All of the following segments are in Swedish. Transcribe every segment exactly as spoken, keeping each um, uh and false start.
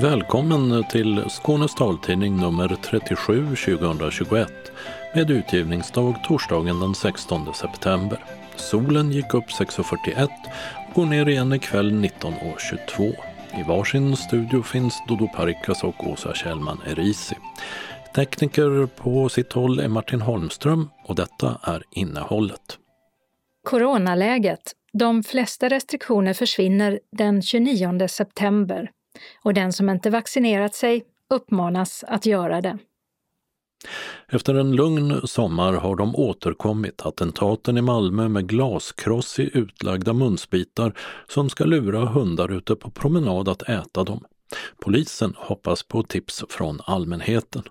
Välkommen till Skånes taltidning nummer trettiosju tjugohundratjugoett med utgivningsdag torsdagen den sextonde september. Solen gick upp sex fyrtioett och går ner igen ikväll nitton tjugotvå. I varsin studio finns Dodo Parikas och Åsa Kjellman Erisi. Tekniker på sitt håll är Martin Holmström och detta är innehållet. Coronaläget. De flesta restriktioner försvinner den tjugonionde september och den som inte vaccinerat sig uppmanas att göra det. Efter en lugn sommar har de återkommit, attentaten i Malmö med glaskross i utlagda munsbitar som ska lura hundar ute på promenad att äta dem. Polisen hoppas på tips från allmänheten.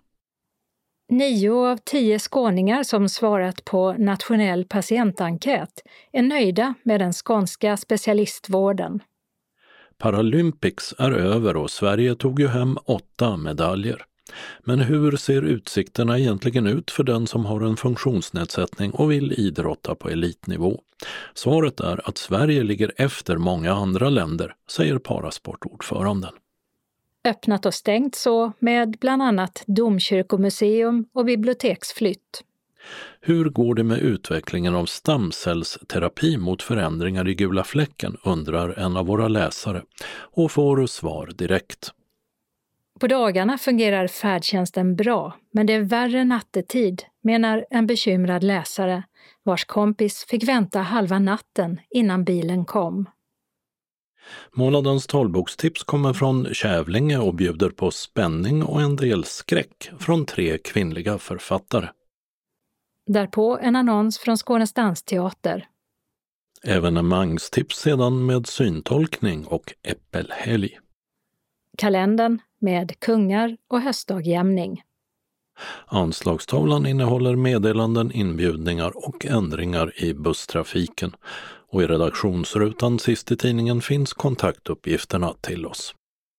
Nio av tio skåningar som svarat på nationell patientenkät är nöjda med den skånska specialistvården. Paralympics är över och Sverige tog ju hem åtta medaljer. Men hur ser utsikterna egentligen ut för den som har en funktionsnedsättning och vill idrotta på elitnivå? Svaret är att Sverige ligger efter många andra länder, säger parasportordföranden. Öppnat och stängt så med bland annat domkyrkomuseum och biblioteksflytt. Hur går det med utvecklingen av stamcellsterapi mot förändringar i gula fläcken, undrar en av våra läsare och får svar direkt. På dagarna fungerar färdtjänsten bra, men det är värre nattetid, menar en bekymrad läsare, vars kompis fick vänta halva natten innan bilen kom. Månadens talbokstips kommer från Kävlinge och bjuder på spänning och en del skräck från tre kvinnliga författare. Därpå en annons från Skånes dansteater. Evenemangstips sedan med syntolkning och äppelhelg. Kalendern med kungar och höstdagjämning. Anslagstavlan innehåller meddelanden, inbjudningar och ändringar i busstrafiken. Och i redaktionsrutan sist i tidningen finns kontaktuppgifterna till oss.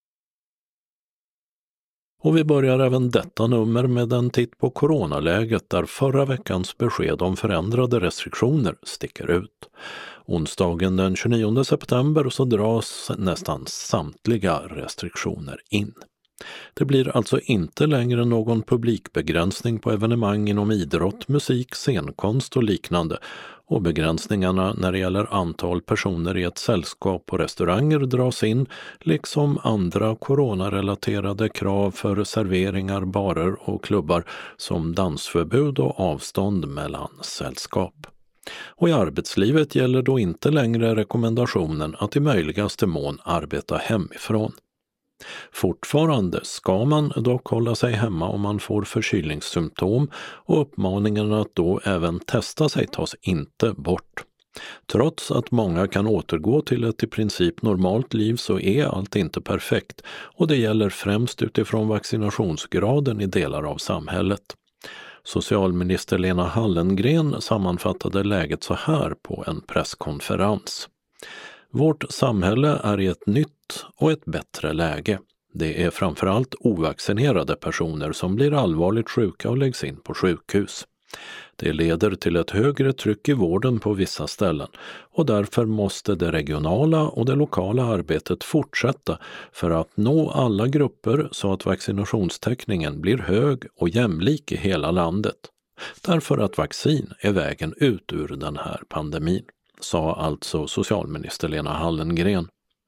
Och vi börjar även detta nummer med en titt på coronaläget där förra veckans besked om förändrade restriktioner sticker ut. Onsdagen den tjugonionde september så dras nästan samtliga restriktioner in. Det blir alltså inte längre någon publikbegränsning på evenemang inom idrott, musik, scenkonst och liknande. Och begränsningarna när det gäller antal personer i ett sällskap och restauranger dras in, liksom andra coronarelaterade krav för serveringar, barer och klubbar som dansförbud och avstånd mellan sällskap. Och i arbetslivet gäller då inte längre rekommendationen att i möjligaste mån arbeta hemifrån. Fortfarande ska man dock hålla sig hemma om man får förkylningssymptom och uppmaningen att då även testa sig tas inte bort. Trots att många kan återgå till ett i princip normalt liv så är allt inte perfekt och det gäller främst utifrån vaccinationsgraden i delar av samhället. Socialminister Lena Hallengren sammanfattade läget så här på en presskonferens. Vårt samhälle är i ett nytt och ett bättre läge. Det är framförallt ovaccinerade personer som blir allvarligt sjuka och läggs in på sjukhus. Det leder till ett högre tryck i vården på vissa ställen och därför måste det regionala och det lokala arbetet fortsätta för att nå alla grupper så att vaccinationstäckningen blir hög och jämlik i hela landet. Därför att vaccin är vägen ut ur den här pandemin, sa alltså socialminister Lena Hallengren.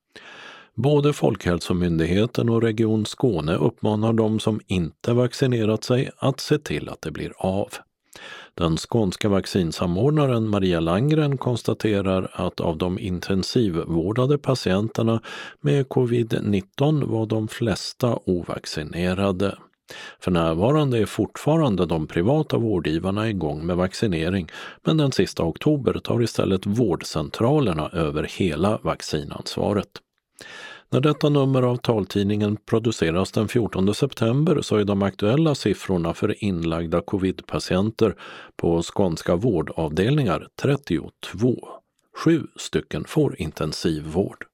Både Folkhälsomyndigheten och Region Skåne uppmanar de som inte vaccinerat sig att se till att det blir av. Den skånska vaccinsamordnaren Maria Langgren konstaterar att av de intensivvårdade patienterna med covid nitton var de flesta ovaccinerade. För närvarande är fortfarande de privata vårdgivarna igång med vaccinering, men den sista oktober tar istället vårdcentralerna över hela vaccinansvaret. När detta nummer av taltidningen produceras den fjortonde september så är de aktuella siffrorna för inlagda covid-patienter på skånska vårdavdelningar trettiotvå. Sju stycken får intensivvård.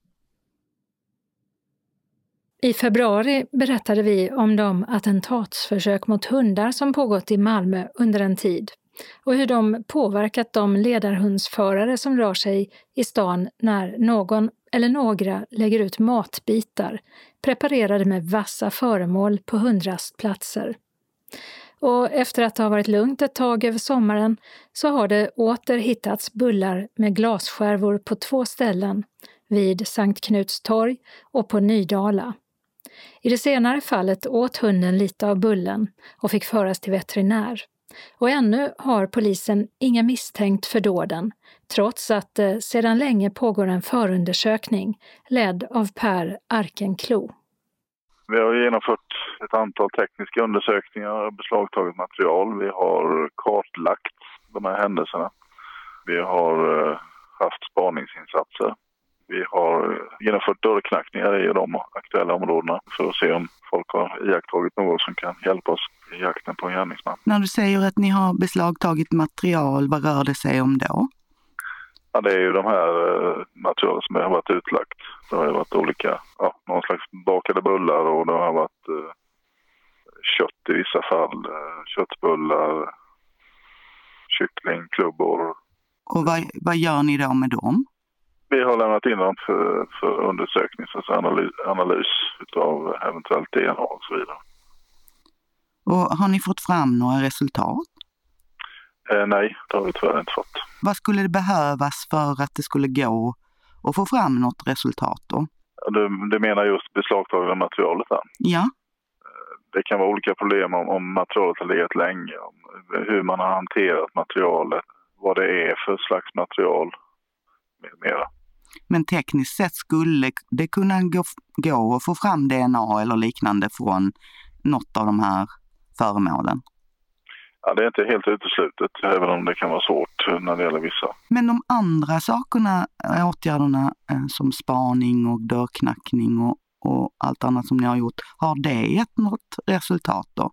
I februari berättade vi om de attentatsförsök mot hundar som pågått i Malmö under en tid. och hur de påverkat de ledarhundsförare som rör sig i stan när någon eller några lägger ut matbitar preparerade med vassa föremål på hundrastplatser. Och efter att det har varit lugnt ett tag över sommaren så har det åter hittats bullar med glasskärvor på två ställen, vid Sankt Knuts torg och på Nydala. I det senare fallet åt hunden lite av bullen och fick föras till veterinär. Och ännu har polisen inga misstänkt för dåden, trots att det sedan länge pågår en förundersökning ledd av Per Arkenklo. Vi har genomfört ett antal tekniska undersökningar, beslagtagit material. Vi har kartlagt de här händelserna. Vi har haft spaningsinsatser. Vi har genomfört dörrknackningar i de aktuella områdena för att se om folk har iakttagit något som kan hjälpa oss i jakten på en gärningsman. När du säger att ni har beslagtagit material, vad rör det sig om då? Ja, det är ju de här materialen som har varit utlagt. Det har ju varit olika, ja, någon slags bakade bullar och det har varit eh, kött i vissa fall, eh, köttbullar, kyckling, klubbor. Och vad, vad gör ni då med dem? Vi har lämnat in dem för, för undersökning, alltså analys, analys av eventuellt D N A och så vidare. Och har ni fått fram några resultat? Eh, nej, det har vi tyvärr inte fått. Vad skulle det behövas för att det skulle gå att få fram något resultat då? Du, du menar just beslagtagande materialet där? Ja. Det kan vara olika problem om, om materialet har legat länge, om hur man har hanterat materialet, vad det är för slags material med mera. Men tekniskt sett skulle det kunna gå, gå att få fram D N A eller liknande från något av de här föremålen? Ja, det är inte helt uteslutet, även om det kan vara svårt när det gäller vissa. Men de andra sakerna, åtgärderna som spaning och dörrknackning och, och allt annat som ni har gjort, har det gett något resultat då?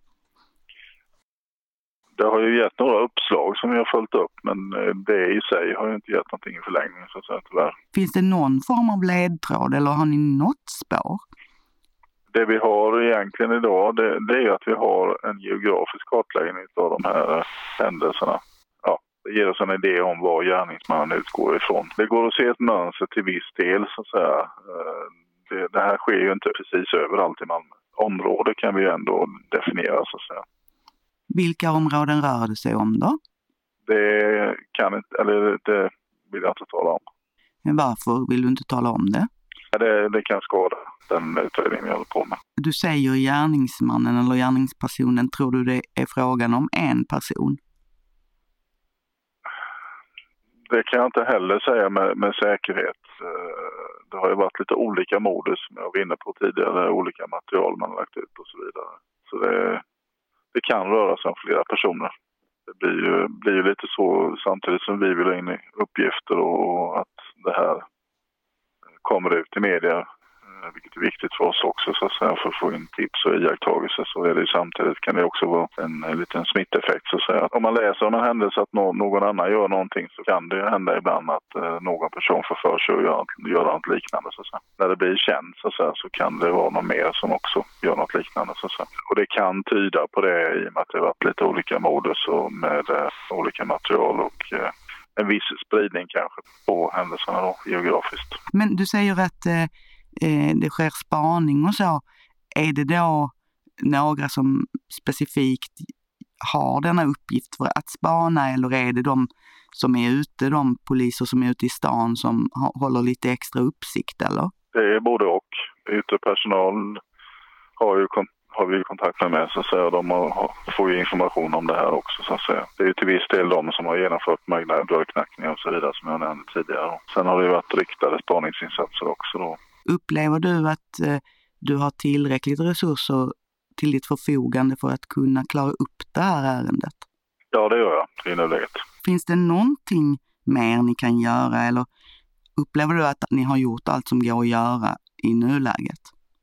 Det har ju gett några uppslag som vi har följt upp, men det i sig har ju inte gett någonting i förlängningen, så att säga, tyvärr. Finns det någon form av ledtråd eller har ni något spår? Det vi har egentligen idag, det, det är att vi har en geografisk kartläggning av de här händelserna. Ja, det ger oss en idé om var gärningsmannen utgår ifrån. Det går att se ett mönster till viss del, så att säga. Det, det här sker ju inte precis överallt i Malmö. Område kan vi ändå definiera, så att säga. Vilka områden rör det sig om då? Det kan inte, eller det vill jag inte tala om. Men varför vill du inte tala om det? Det, det kan skada den utredningen vi håller på med. Du säger gärningsmannen eller gärningspersonen. Tror du det är frågan om en person? Det kan jag inte heller säga med, med säkerhet. Det har ju varit lite olika modus som jag var inne på tidigare. Olika material man har lagt ut och så vidare. Så det, det kan röra sig om flera personer. Det blir ju, blir ju lite så samtidigt som vi vill ha in i uppgifter och att det här kommer ut i media, vilket är viktigt för oss också, så att säga, för att få in tips och iakttagelser. Så är det ju samtidigt, kan det också vara en, en liten smitteffekt, så att säga. Om man läser om en händelse att no, någon annan gör någonting, så kan det hända ibland att eh, någon person får för sig att göra, göra något liknande, så att säga. När det blir känt, så att säga, så kan det vara någon mer som också gör något liknande, så att säga. Och det kan tyda på det i och med att det har varit lite olika modus och med eh, olika material och eh, en viss spridning kanske på händelserna då, geografiskt. Men du säger att eh, det sker spaning och så. Är det då några som specifikt har denna uppgift för att spana, eller är det de som är ute, de poliser som är ute i stan som håller lite extra uppsikt, eller? Det är både och. Yttre personal har ju kon- har vi kontakt med, med så att säga. De har, får ju information om det här också, så att säga. Det är ju till viss del de som har genomfört möjliga dörrknackningar och så vidare som jag nämnde tidigare. Sen har det ju varit riktade spaningsinsatser också då. Upplever du att eh, du har tillräckligt resurser till ditt förfogande för att kunna klara upp det här ärendet? Ja, det gör jag i nuläget. Finns det någonting mer ni kan göra, eller upplever du att ni har gjort allt som går att göra i nuläget?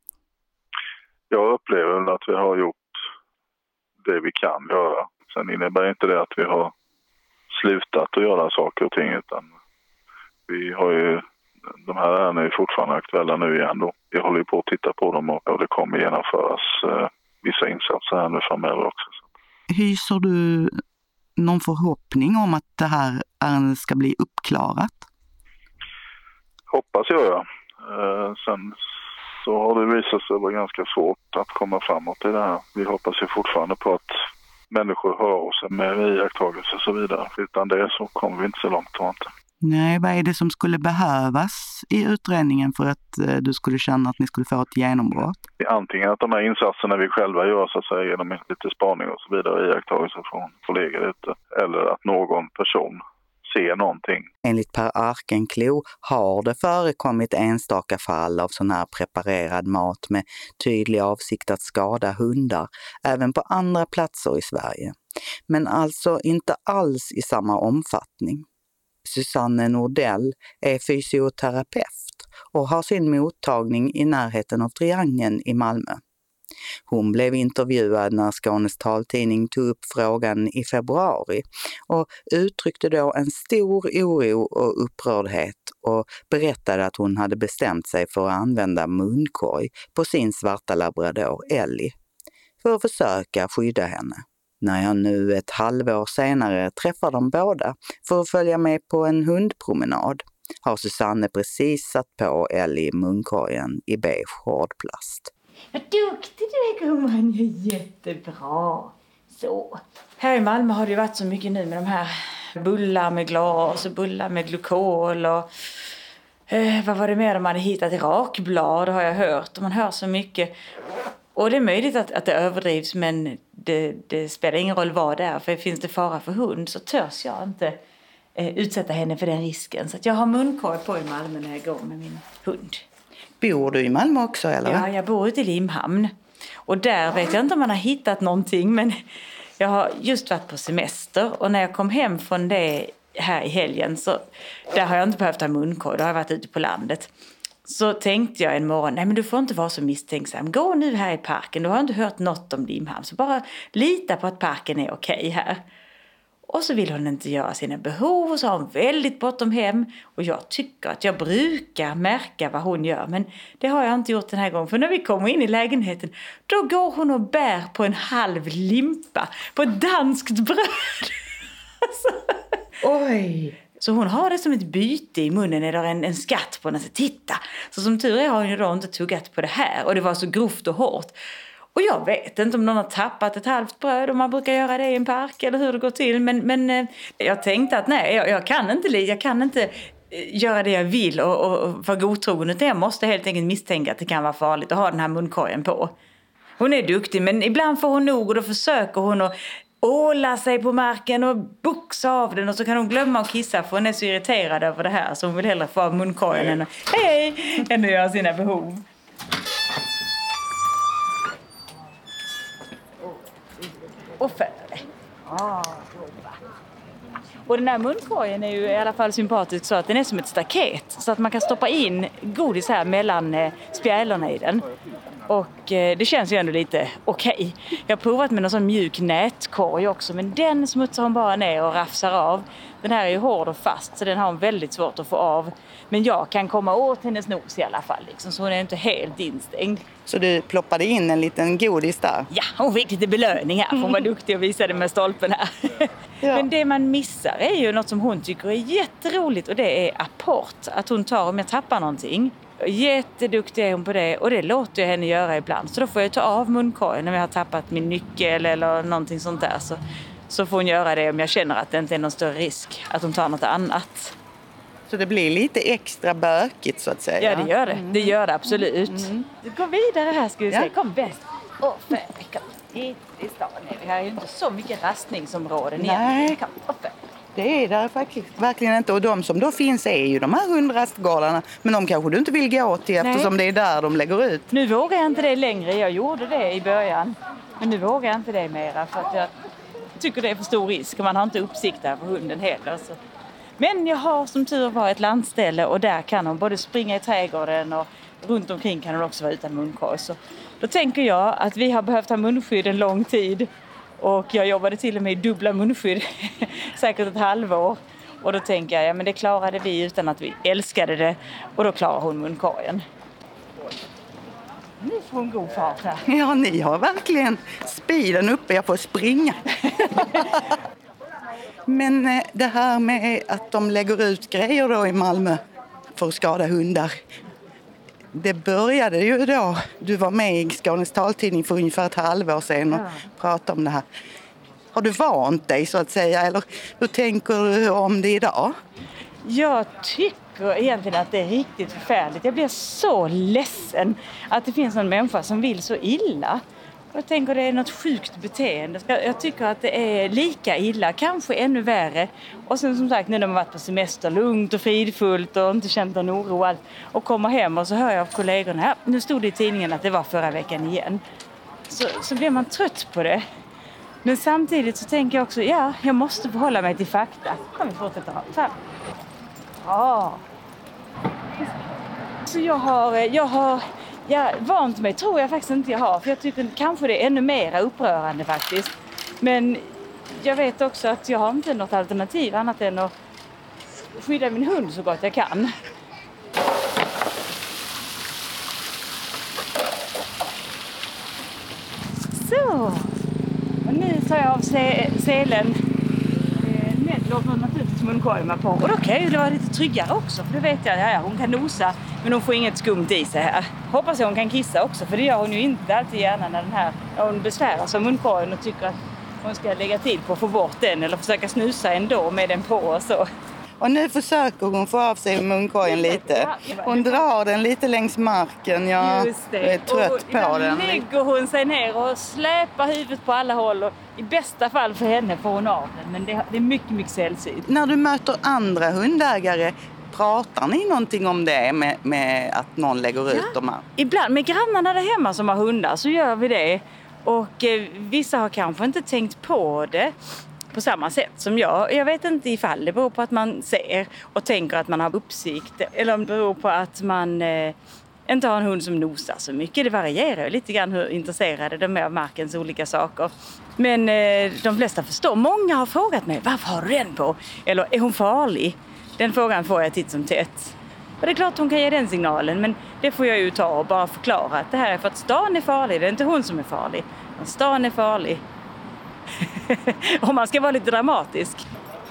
Jag upplever att vi har gjort det vi kan göra. Sen innebär inte det att vi har slutat att göra saker och ting, utan vi har ju, de här ärendena är fortfarande aktuella nu igen då. Vi håller ju på att titta på dem och det kommer genomföras eh, vissa insatser här nu framöver också. Hyser du någon förhoppning om att det här ärendet ska bli uppklarat? Hoppas jag, ja. Eh, sen så har det visat sig vara ganska svårt att komma framåt i det här. Vi hoppas ju fortfarande på att människor hör av sig med iakttagelser och så vidare. Utan det så kommer vi inte så långt, tror jag inte. Nej, vad är det som skulle behövas i utredningen för att eh, du skulle känna att ni skulle få ett genombrott? Antingen att de här insatserna vi själva gör, så att säga, genom lite spaning och så vidare, iakttagelser från kollegor ute, eller att någon person ser någonting. Enligt Per Arkenklo har det förekommit enstaka fall av sån här preparerad mat med tydlig avsikt att skada hundar, även på andra platser i Sverige. Men alltså inte alls i samma omfattning. Susanne Nordell är fysioterapeut och har sin mottagning i närheten av Triangeln i Malmö. Hon blev intervjuad när Skånes taltidning tog upp frågan i februari och uttryckte då en stor oro och upprördhet och berättade att hon hade bestämt sig för att använda munkorg på sin svarta labrador Ellie för att försöka skydda henne. När jag nu ett halvår senare träffar dem båda för att följa med på en hundpromenad har Susanne precis satt på Ellie i munkorgen i beige hårdplast. Vad duktig du är, gumman. Jättebra. Så. Här i Malmö har det varit så mycket nu med de här bullar med glas och bullar med glukol och eh, vad var det mer de hade hittat i rakblad, har jag hört. Och man hör så mycket. Och det är möjligt att, att det överdrivs, men det, det spelar ingen roll vad det är. För finns det fara för hund så törs jag inte eh, utsätta henne för den risken. Så att jag har munkorg på i Malmö när jag går med min hund. Bor du i Malmö också, eller? Ja, jag bor ute i Limhamn. Och där vet jag inte om man har hittat någonting, men jag har just varit på semester. Och när jag kom hem från det här i helgen, så där har jag inte behövt ha munkorg. Då har jag varit ute på landet. Så tänkte jag en morgon, nej men du får inte vara så misstänksam. Gå nu här i parken, du har inte hört något om Limhamn. Så bara lita på att parken är okej här. Och så vill hon inte göra sina behov och så har hon väldigt bråttom hem. Och jag tycker att jag brukar märka vad hon gör. Men det har jag inte gjort den här gången. För när vi kommer in i lägenheten, då går hon och bär på en halv limpa. På ett danskt bröd. alltså. Oj! Så hon har det som ett byte i munnen eller en, en skatt på den. Så titta! Så som tur är har hon ju då inte tuggat på det här. Och det var så grovt och hårt. Och jag vet inte om någon har tappat ett halvt bröd, om man brukar göra det i en park eller hur det går till. Men, men eh, jag tänkte att nej, jag, jag, kan inte, jag kan inte göra det jag vill och, och, och vara godtrogen. Utan jag måste helt enkelt misstänka att det kan vara farligt att ha den här munkorgen på. Hon är duktig, men ibland får hon nog och då försöker hon att åla sig på marken och boxa av den. Och så kan hon glömma att kissa för hon är så irriterad över det här. Så hon vill hellre få av munkorgen än att, hej, än att göra sina behov. Och före. Ah, och den här munkorgen är ju i alla fall sympatisk så att den är som ett staket. Så att man kan stoppa in godis här mellan eh, spjälorna i den. Och eh, det känns ju ändå lite okej. Okay. Jag har provat med någon sån mjuk nätkorg också. Men den smutsar hon bara ner och rafsar av. Den här är ju hård och fast så den har hon väldigt svårt att få av. Men jag kan komma åt hennes nos i alla fall. Liksom, så hon är inte helt instängd. Så du ploppade in en liten godis där? Ja, hon fick lite belöning här. Hon var duktig och visade med stolpen här. Ja. Men det man missar är ju något som hon tycker är jätteroligt. Och det är apport. Att hon tar om jag tappar någonting. Jätteduktig är hon på det. Och det låter jag henne göra ibland. Så då får jag ta av munkorgen när jag har tappat min nyckel eller någonting sånt där. Så, så får hon göra det om jag känner att det inte är någon större risk. Att hon tar något annat. Så det blir lite extra bökigt så att säga? Ja, det gör det. Mm. Det gör det absolut. Mm. Gå vidare här ska vi se. Ja. Kom bäst. Åh, för kom hit i stan. Vi har ju inte så mycket rastningsområden. Nej. Kom, upp. Det är där faktiskt verkligen inte. Och de som då finns är ju de här hundrastgårdarna. Men de kanske du inte vill gå till eftersom Nej. Det är där de lägger ut. Nu vågar jag inte det längre. Jag gjorde det i början. Men nu vågar jag inte det mera. För att jag tycker det är för stor risk. Och man har inte uppsikt där på hunden heller. Så. Men jag har som tur var ett landställe. Och där kan hon både springa i trädgården. Och runt omkring kan hon också vara utan munkorg. Så då tänker jag att vi har behövt ha munskydd en lång tid. Och jag jobbade till och med i dubbla munskydd, säkert ett halvår. Och då tänker jag, ja men det klarade vi utan att vi älskade det. Och då klarar hon munkorgen. Nu får hon god fart här. Ja, ni har verkligen speeden uppe, jag får springa. Men eh, det här med att de lägger ut grejer då i Malmö för att skada hundar. Det började ju då, du var med i Skånes taltidning för ungefär ett halvår sedan och ja. pratade om det här. Har du vant dig så att säga, eller hur tänker du om det idag? Jag tycker egentligen att det är riktigt förfärligt. Jag blir så ledsen att det finns en människa som vill så illa. Jag tänker att det är något sjukt beteende. Jag tycker att det är lika illa, kanske ännu värre. Och sen som sagt, när de har varit på semester, lugnt och fridfullt och inte känt någon oro allt, och kommer hem och så hör jag av kollegorna, här, nu stod det i tidningen att det var förra veckan igen. Så, så blir man trött på det. Men samtidigt så tänker jag också, ja, jag måste förhålla mig till fakta. Kan vi fortsätta ha? Ja. Så jag har, jag har ja, vant mig, tror jag faktiskt inte jag har. För jag tycker kanske det är ännu mer upprörande faktiskt. Men jag vet också att jag har inte något alternativ annat än att skydda min hund så gott jag kan. Så. Och nu tar jag av se- selen. Ned låter naturligtvis munkorgen på. Och då kan ju det vara lite tryggare också. För det vet jag, ja, hon kan nosa men hon får inget skumt i sig här. Hoppas jag hon kan kissa också. För det gör hon ju inte alltid gärna när, den här, när hon besväras av munkorgen och tycker att hon ska lägga tid på att få bort den. Eller försöka snusa ändå med den på och så. Och nu försöker hon få av sig munkorgen lite. Hon drar den lite längs marken. Jag är trött och på den. Nu lägger hon sig ner och släpar huvudet på alla håll. Och i bästa fall för henne får hon av den. Men det är mycket, mycket sällsynt. När du möter andra hundägare, pratar ni någonting om det med, med att någon lägger ut ja. dem här? Ibland med grannarna där hemma som har hundar så gör vi det. Och eh, vissa har kanske inte tänkt på det på samma sätt som jag. Jag vet inte ifall det beror på att man ser och tänker att man har uppsikt. Eller om det beror på att man eh, inte har en hund som nosar så mycket. Det varierar lite grann hur intresserade de är av markens olika saker. Men eh, de flesta förstår. Många har frågat mig, varför har du den på? Eller är hon farlig? Den frågan får jag titt som tätt. Och det är klart hon kan ge den signalen. Men det får jag ju ta och bara förklara. Att det här är för att stan är farlig. Det är inte hon som är farlig. Men stan är farlig. Om man ska vara lite dramatisk.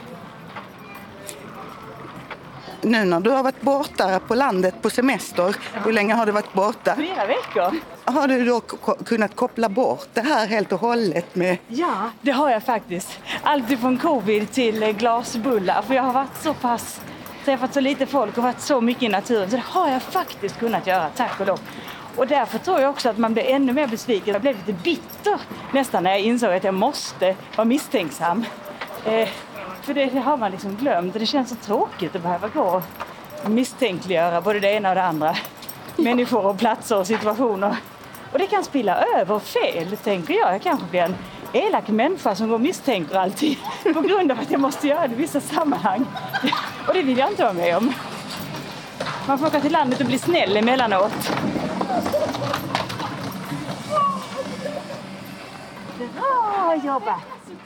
Nu när du har varit borta på landet på semester, hur länge har du varit borta? Flera veckor. Har du då k- kunnat koppla bort det här helt och hållet med? Ja, det har jag faktiskt. Allt från covid till glasbullar. För jag har varit så pass, träffat så lite folk och varit så mycket i naturen. Så det har jag faktiskt kunnat göra, tack och lov. Och därför tror jag också att man blir ännu mer besviken. Jag blev lite bitter nästan när jag insåg att jag måste vara misstänksam. Eh, för det, det har man liksom glömt. Det känns så tråkigt att behöva gå och misstänkliggöra både det ena och det andra. Människor och platser och situationer. Och det kan spilla över fel, tänker jag. Jag kanske blir en elak människa som går och misstänker alltid. På grund av att jag måste göra det i vissa sammanhang. Och det vill jag inte vara med om. Man får åka till landet och bli snäll emellanåt. Bra jobbat!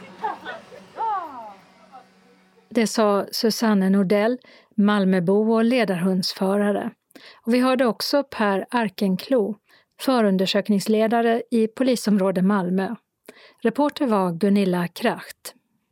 Det sa Susanne Nordell, Malmöbo och ledarhundsförare. Och vi hörde också Per Arkenklo, förundersökningsledare i polisområde Malmö. Reporter var Gunilla Kracht.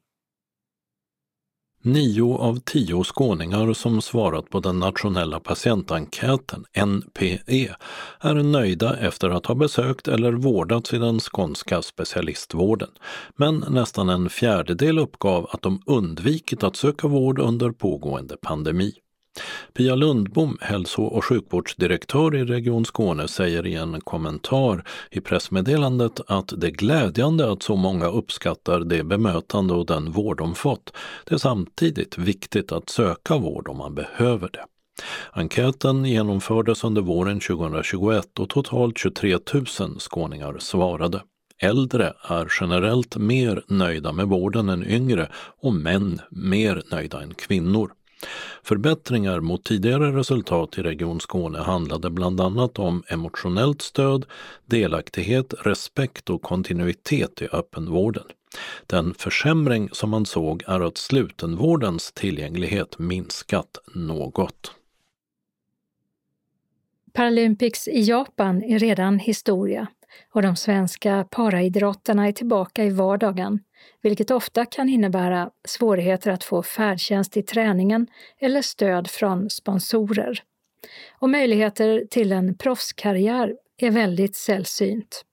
Nio av tio skåningar som svarat på den nationella patientenkäten N P E är nöjda efter att ha besökt eller vårdats i den skånska specialistvården. Men nästan en fjärdedel uppgav att de undvikit att söka vård under pågående pandemi. Pia Lundbom, hälso- och sjukvårdsdirektör i Region Skåne, säger i en kommentar i pressmeddelandet att det är glädjande att så många uppskattar det bemötande och den vård de fått. Det är samtidigt viktigt att söka vård om man behöver det. Enkäten genomfördes under våren tjugohundratjugoett och totalt tjugotre tusen skåningar svarade. Äldre är generellt mer nöjda med vården än yngre och män mer nöjda än kvinnor. Förbättringar mot tidigare resultat i Region Skåne handlade bland annat om emotionellt stöd, delaktighet, respekt och kontinuitet i öppenvården. Den försämring som man såg är att slutenvårdens tillgänglighet minskat något. Paralympics i Japan är redan historia. och de svenska paraidrottarna är tillbaka i vardagen, vilket ofta kan innebära svårigheter att få färdtjänst i träningen eller stöd från sponsorer. Och möjligheter till en proffskarriär är väldigt sällsynt.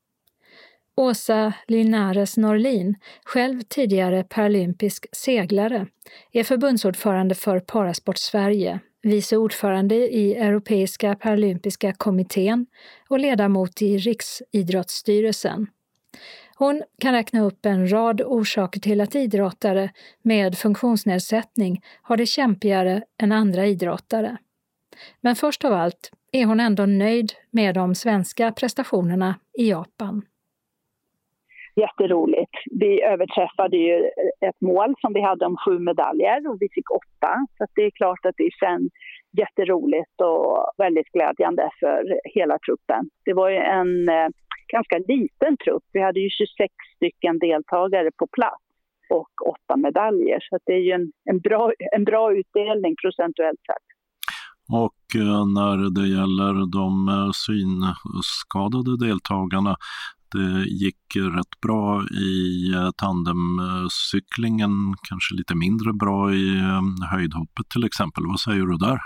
Åsa Linares Norlin, själv tidigare paralympisk seglare, är förbundsordförande för Parasport Sverige, vice ordförande i Europeiska paralympiska kommittén och ledamot i Riksidrottsstyrelsen. Hon kan räkna upp en rad orsaker till att idrottare med funktionsnedsättning har det kämpigare än andra idrottare. Men först av allt är hon ändå nöjd med de svenska prestationerna i Japan. Jätteroligt. Vi överträffade ju ett mål som vi hade om sju medaljer och vi fick åtta. Så att det är klart att det känns jätteroligt och väldigt glädjande för hela truppen. Det var ju en eh, ganska liten trupp. Vi hade ju tjugosex stycken deltagare på plats och åtta medaljer. Så att det är ju en, en, bra, en bra utdelning procentuellt sett. Och när det gäller de synskadade deltagarna, det gick rätt bra i tandemcyklingen, kanske lite mindre bra i höjdhoppet till exempel. Vad säger du där?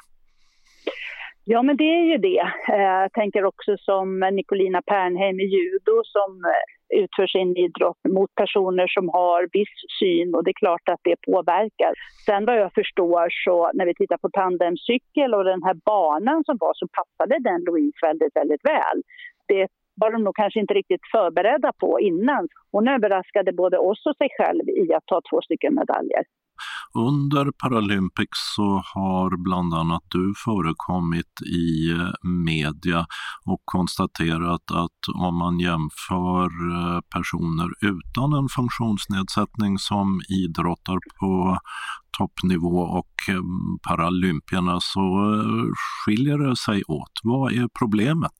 Ja, men det är ju det. Jag tänker också som Nicolina Pernheim i judo som utför sin idrott mot personer som har viss syn, och det är klart att det påverkar. Sen vad jag förstår så när vi tittar på tandemcykel och den här banan som var så passade den Louise väldigt, väldigt väl. Det var de nog kanske inte riktigt förberedda på innan. Hon överraskade både oss och sig själv i att ta två stycken medaljer. Under Paralympics så har bland annat du förekommit i media och konstaterat att om man jämför personer utan en funktionsnedsättning som idrottar på toppnivå och paralympierna så skiljer det sig åt. Vad är problemet?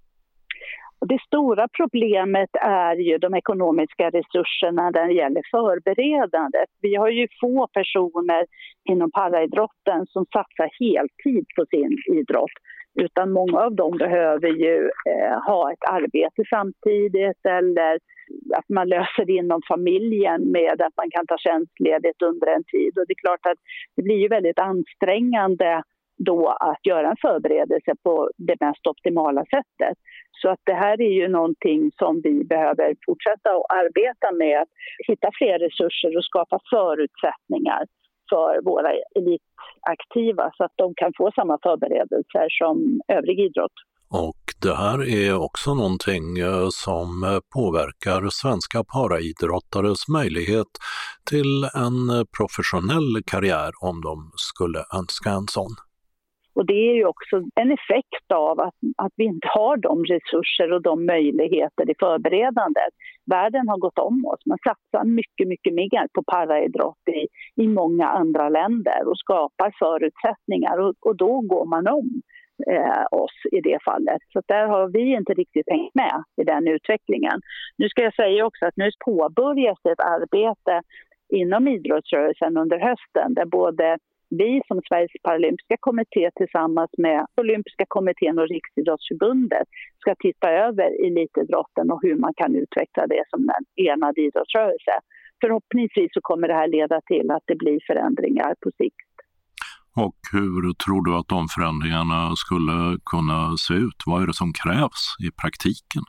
Det stora problemet är ju de ekonomiska resurserna när det gäller förberedandet. Vi har ju få personer inom paraidrotten som satsar heltid på sin idrott. Utan många av dem behöver ju eh, ha ett arbete samtidigt eller att man löser det inom familjen med att man kan ta tjänstledigt under en tid. Och det är klart att det blir ju väldigt ansträngande då att göra en förberedelse på det mest optimala sättet. Så att det här är ju någonting som vi behöver fortsätta att arbeta med, att hitta fler resurser och skapa förutsättningar för våra elitaktiva så att de kan få samma förberedelser som övrig idrott. Och det här är också någonting som påverkar svenska paraidrottares möjlighet till en professionell karriär om de skulle önska en sån. Och det är ju också en effekt av att, att vi inte har de resurser och de möjligheter i förberedandet. Världen har gått om oss. Man satsar mycket, mycket mer på paraidrott i, i många andra länder och skapar förutsättningar. Och, och då går man om eh, oss i det fallet. Så där har vi inte riktigt hängt med i den utvecklingen. Nu ska jag säga också att nu påbörjas ett arbete inom idrottsrörelsen under hösten där både vi som Sveriges paralympiska kommitté tillsammans med Olympiska kommittén och Riksidrottsförbundet ska titta över elitidrotten och hur man kan utveckla det som en enad idrottsrörelse. Förhoppningsvis så kommer det här leda till att det blir förändringar på sikt. Och hur tror du att de förändringarna skulle kunna se ut? Vad är det som krävs i praktiken?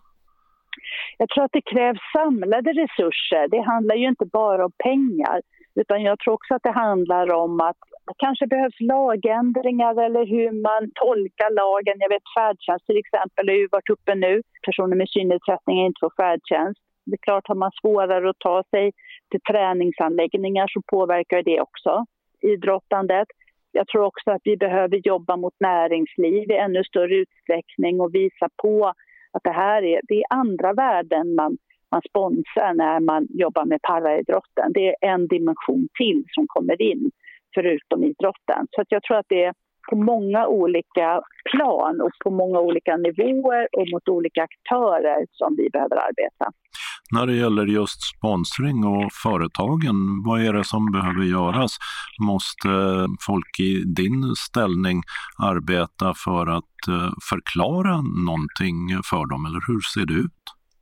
Jag tror att det krävs samlade resurser. Det handlar ju inte bara om pengar. Utan jag tror också att det handlar om att det kanske behövs lagändringar eller hur man tolkar lagen. Jag vet färdtjänst till exempel har ju varit uppe nu. Personer med synnedsättning inte får färdtjänst. Det är klart har man svårare att ta sig till träningsanläggningar så påverkar det också idrottandet. Jag tror också att vi behöver jobba mot näringsliv i ännu större utsträckning och visa på att det här är, det är andra värden man man sponsrar när man jobbar med paraidrotten. Det är en dimension till som kommer in förutom idrotten. Så att jag tror att det är på många olika plan och på många olika nivåer och mot olika aktörer som vi behöver arbeta. När det gäller just sponsring och företagen, vad är det som behöver göras? Måste folk i din ställning arbeta för att förklara någonting för dem eller hur ser det ut?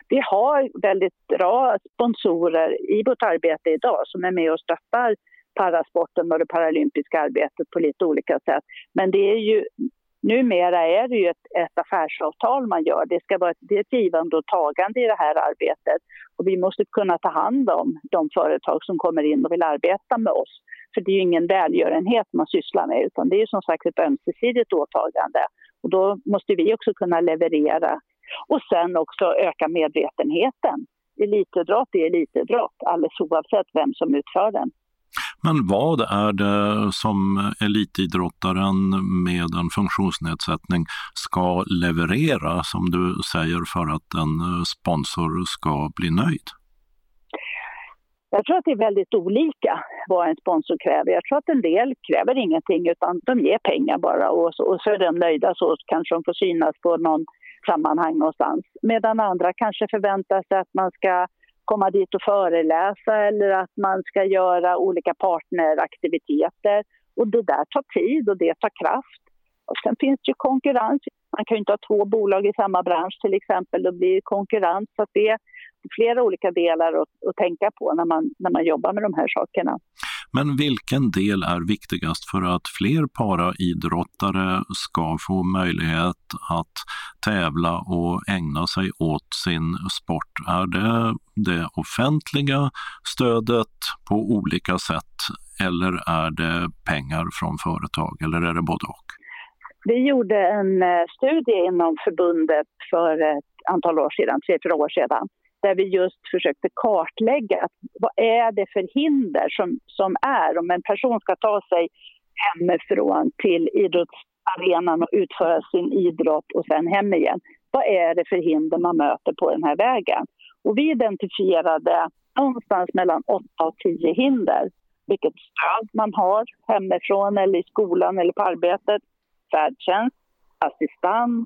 Vi har väldigt bra sponsorer i vårt arbete idag som är med och stöttar parasporten och det paralympiska arbetet på lite olika sätt. Men det är ju, numera är det ju ett, ett affärsavtal man gör. Det ska vara ett, det är ett givande och tagande i det här arbetet. Och vi måste kunna ta hand om de företag som kommer in och vill arbeta med oss. För det är ju ingen välgörenhet man sysslar med, utan det är ju som sagt ett ömsesidigt åtagande. Och då måste vi också kunna leverera. Och sen också öka medvetenheten. Elitidrott är elitidrott, alldeles oavsett vem som utför den. Men vad är det som elitidrottaren med en funktionsnedsättning ska leverera, som du säger, för att en sponsor ska bli nöjd? Jag tror att det är väldigt olika vad en sponsor kräver. Jag tror att en del kräver ingenting utan de ger pengar bara och så, och så är de nöjda, så kanske de får synas på någon sammanhang någonstans. Medan andra kanske förväntar sig att man ska komma dit och föreläsa eller att man ska göra olika partneraktiviteter. Och det där tar tid och det tar kraft. Och sen finns det ju konkurrens. Man kan ju inte ha två bolag i samma bransch till exempel. Då blir det konkurrens. Så att det är flera olika delar att, att tänka på när man, när man jobbar med de här sakerna. Men vilken del är viktigast för att fler paraidrottare ska få möjlighet att tävla och ägna sig åt sin sport? Är det det offentliga stödet på olika sätt eller är det pengar från företag eller är det både och? Vi gjorde en studie inom förbundet för ett antal år sedan, tre, fyra år sedan. Där vi just försökte kartlägga att vad är det för hinder som, som är om en person ska ta sig hemifrån till idrottsarenan och utföra sin idrott och sen hem igen. Vad är det för hinder man möter på den här vägen? Och vi identifierade någonstans mellan åtta och tio hinder. Vilket stöd man har hemifrån eller i skolan eller på arbetet. Färdtjänst, assistans,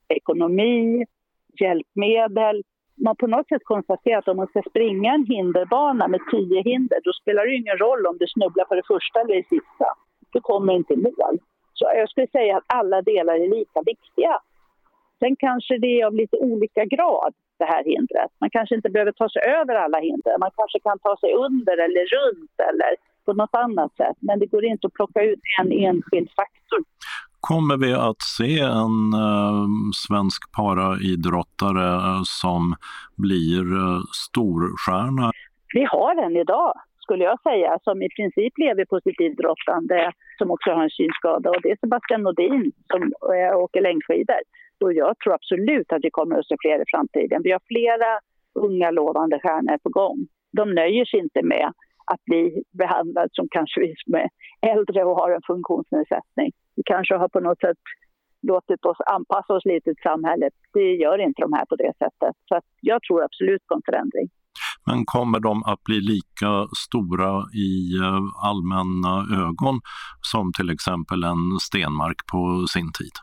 ekonomi, hjälpmedel. Man på något sätt konstaterar att om man ska springa en hinderbana med tio hinder, då spelar det ingen roll om du snubblar på det första eller det sista. Du kommer inte i mål. Så jag skulle säga att alla delar är lika viktiga. Sen kanske det är av lite olika grad, det här hindret. Man kanske inte behöver ta sig över alla hinder. Man kanske kan ta sig under eller runt eller på något annat sätt. Men det går inte att plocka ut en enskild faktor. Kommer vi att se en uh, svensk paraidrottare uh, som blir uh, storstjärna? Vi har en idag, skulle jag säga, som i princip lever på sitt idrottande, som också har en synskada. Och det är Sebastian Nordin som uh, åker längdskidor. Och jag tror absolut att vi kommer att se fler i framtiden. Vi har flera unga lovande stjärnor på gång. De nöjer sig inte med att bli behandlad som kanske vi som är äldre och har en funktionsnedsättning. Vi kanske har på något sätt låtit oss anpassa oss lite till samhället. Det gör inte de här på det sättet. Så att jag tror absolut på en förändring. Men kommer de att bli lika stora i allmänna ögon som till exempel en Stenmark på sin tid?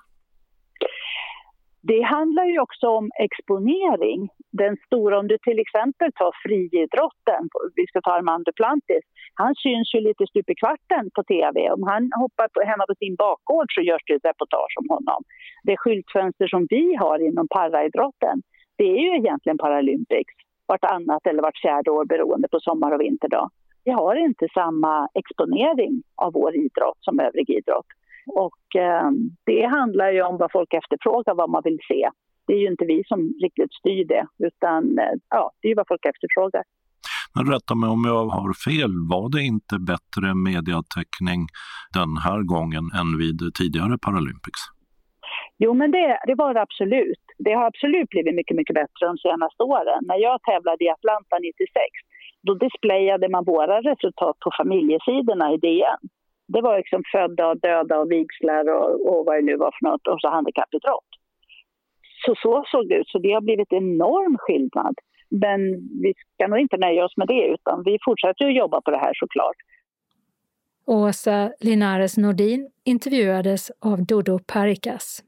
Det handlar ju också om exponering. Den stora, om du till exempel tar friidrotten, vi ska ta Armand Duplantis, han syns ju lite stup i kvarten på tv. Om han hoppar på, hemma på sin bakgård så görs det ett reportage om honom. Det skyltfönster som vi har inom paraidrotten, det är ju egentligen Paralympics. Vartannat eller vart fjärde år beroende på sommar- och vinterdag. Vi har inte samma exponering av vår idrott som övrig idrott. Och eh, det handlar ju om vad folk efterfrågar, vad man vill se. Det är ju inte vi som riktigt styr det, utan eh, ja, det är ju vad folk efterfrågar. Men rätta mig om jag har fel, var det inte bättre mediatäckning den här gången än vid tidigare Paralympics? Jo, men det, det var det absolut. Det har absolut blivit mycket, mycket bättre de senaste åren. När jag tävlade i Atlanta nittiosex, då displayade man våra resultat på familjesidorna i D N. Det var liksom födda och döda och vigslar och, och vad det nu var för något, och så handikappidrott. Så så såg det ut, så det har blivit en enorm skillnad. Men vi ska nog inte nöja oss med det, utan vi fortsätter att jobba på det här såklart. Åsa Linares Nordin intervjuades av Dodo Parikas.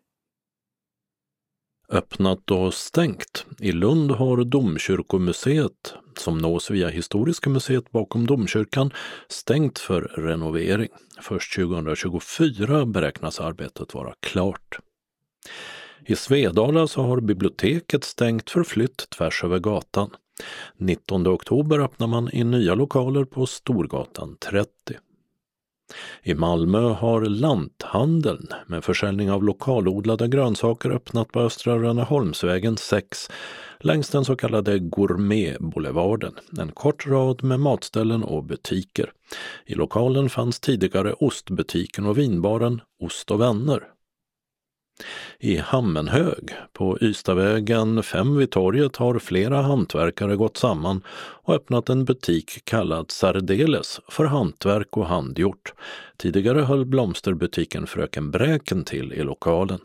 Öppnat och stängt. I Lund har Domkyrkomuseet, som nås via Historiska museet bakom domkyrkan, stängt för renovering. Först tjugohundratjugofyra beräknas arbetet vara klart. I Svedala så har biblioteket stängt för flytt tvärs över gatan. nittonde oktober öppnar man i nya lokaler på Storgatan trettio. I Malmö har lanthandeln med försäljning av lokalodlade grönsaker öppnat på Östra Rönneholmsvägen sex längs den så kallade Gourmetboulevarden, en kort rad med matställen och butiker. I lokalen fanns tidigare ostbutiken och vinbaren Ost och vänner. I Hammenhög på Ystadvägen fem vid torget har flera hantverkare gått samman och öppnat en butik kallad Sardeles för hantverk och handgjort. Tidigare höll blomsterbutiken Fröken Bräken till i lokalen.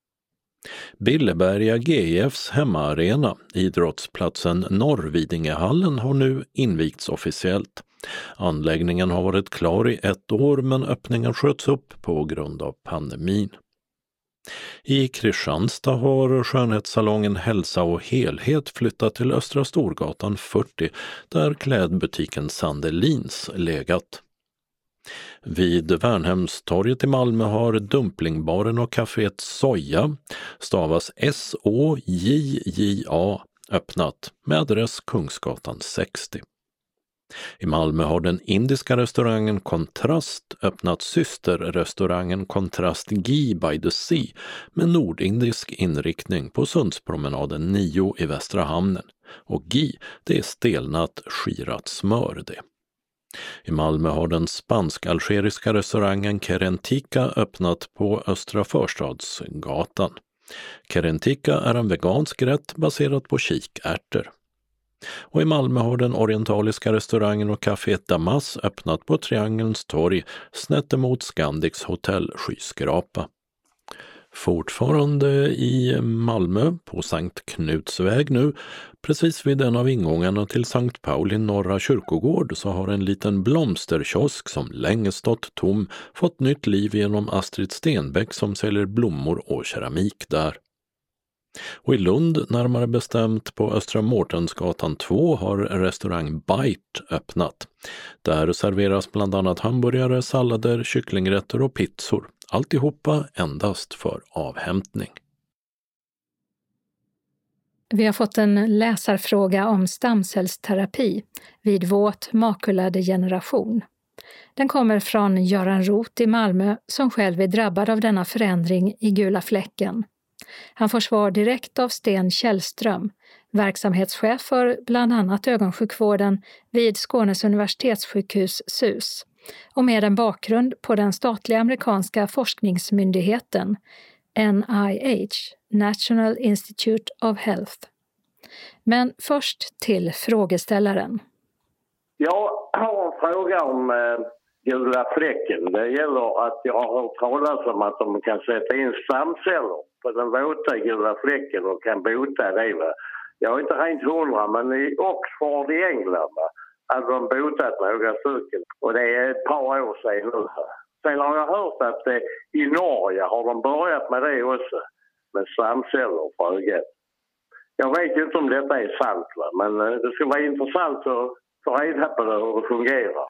Billeberga G I F:s hemmaarena, idrottsplatsen Norrvidingehallen, har nu invigts officiellt. Anläggningen har varit klar i ett år men öppningen sköts upp på grund av pandemin. I Kristianstad har skönhetssalongen Hälsa och helhet flyttat till Östra Storgatan fyrtio där klädbutiken Sandelins legat. Vid Värnhemstorget i Malmö har dumplingbaren och kaféet Soja, stavas S O J J A, öppnat med adress Kungsgatan sextio. I Malmö har den indiska restaurangen Kontrast öppnat systerrestaurangen Kontrast Ghee by the Sea med nordindisk inriktning på Sundspromenaden nio i Västra hamnen. Och ghee, det är stelnat skirat smör det. I Malmö har den spansk-algeriska restaurangen Kerentika öppnat på Östra Förstadsgatan. Kerentika är en vegansk rätt baserad på kikärtor. Och i Malmö har den orientaliska restaurangen och kaféet Damas öppnat på Triangelns torg snett emot Scandics hotell Skyskrapa. Fortfarande i Malmö på Sankt Knutsväg nu, precis vid en av ingångarna till Sankt Pauli norra kyrkogård, så har en liten blomsterkiosk som länge stått tom fått nytt liv genom Astrid Stenbeck som säljer blommor och keramik där. Och i Lund, närmare bestämt på Östra Mårtensgatan två, har restaurang Bite öppnat. Där serveras bland annat hamburgare, sallader, kycklingrätter och pizzor. Alltihopa endast för avhämtning. Vi har fått en läsarfråga om stamcellsterapi vid våt makuladegeneration. Den kommer från Göran Roth i Malmö som själv är drabbad av denna förändring i gula fläcken. Han får svar direkt av Sten Källström, verksamhetschef för bland annat ögonsjukvården vid Skånes universitetssjukhus S U S, och med en bakgrund på den statliga amerikanska forskningsmyndigheten N I H, National Institute of Health. Men först till frågeställaren. Jag har en fråga om eh, gula fläcken. Det gäller att jag har hört talas om att de kan sätta in stamceller på den våta gula fläcken och kan bota det. Va? Jag är inte rent hundra, men i Oxford i England va, hade de botat några stycken. Och det är ett par år sedan nu. Sen har jag hört att eh, i Norge har de börjat med det också. Med stamceller för ögat. Jag vet inte om detta är sant, va? Men eh, det skulle vara intressant att få reda på det, hur det fungerar.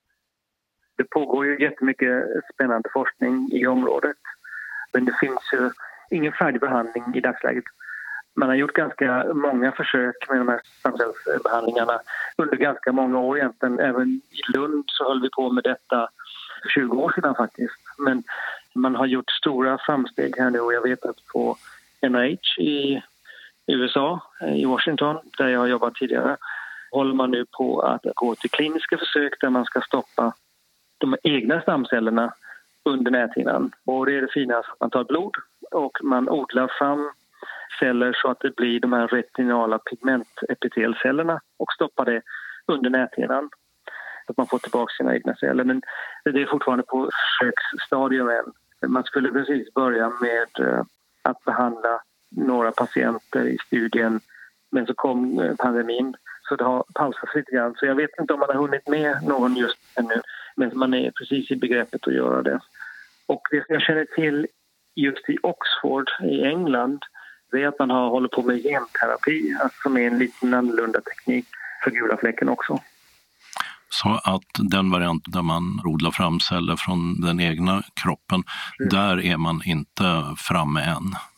Det pågår ju jättemycket spännande forskning i området. Men det finns ju ingen färdig behandling i dagsläget. Man har gjort ganska många försök med de här stamcellsbehandlingarna under ganska många år egentligen. Även i Lund så höll vi på med detta för tjugo år sedan faktiskt. Men man har gjort stora framsteg här nu och jag vet att på N I H i U S A, i Washington, där jag har jobbat tidigare, håller man nu på att gå till kliniska försök där man ska stoppa de egna stamcellerna under näthinnan. Och det är det fina att man tar blod och man odlar fram celler så att det blir de här retinala pigmentepitelcellerna och stoppar det under näthinnan. Så att man får tillbaka sina egna celler. Men det är fortfarande på försöksstadium än. Man skulle precis börja med att behandla några patienter i studien. Men så kom pandemin så det har pausats lite grann. Så jag vet inte om man har hunnit med någon just ännu. Men man är precis i begreppet att göra det. Och det som jag känner till just i Oxford i England, det är att man har hållit på med genterapi, alltså som är en liten annorlunda teknik för gula fläcken också. Så att den variant där man odlar fram celler från den egna kroppen, mm. där är man inte framme än?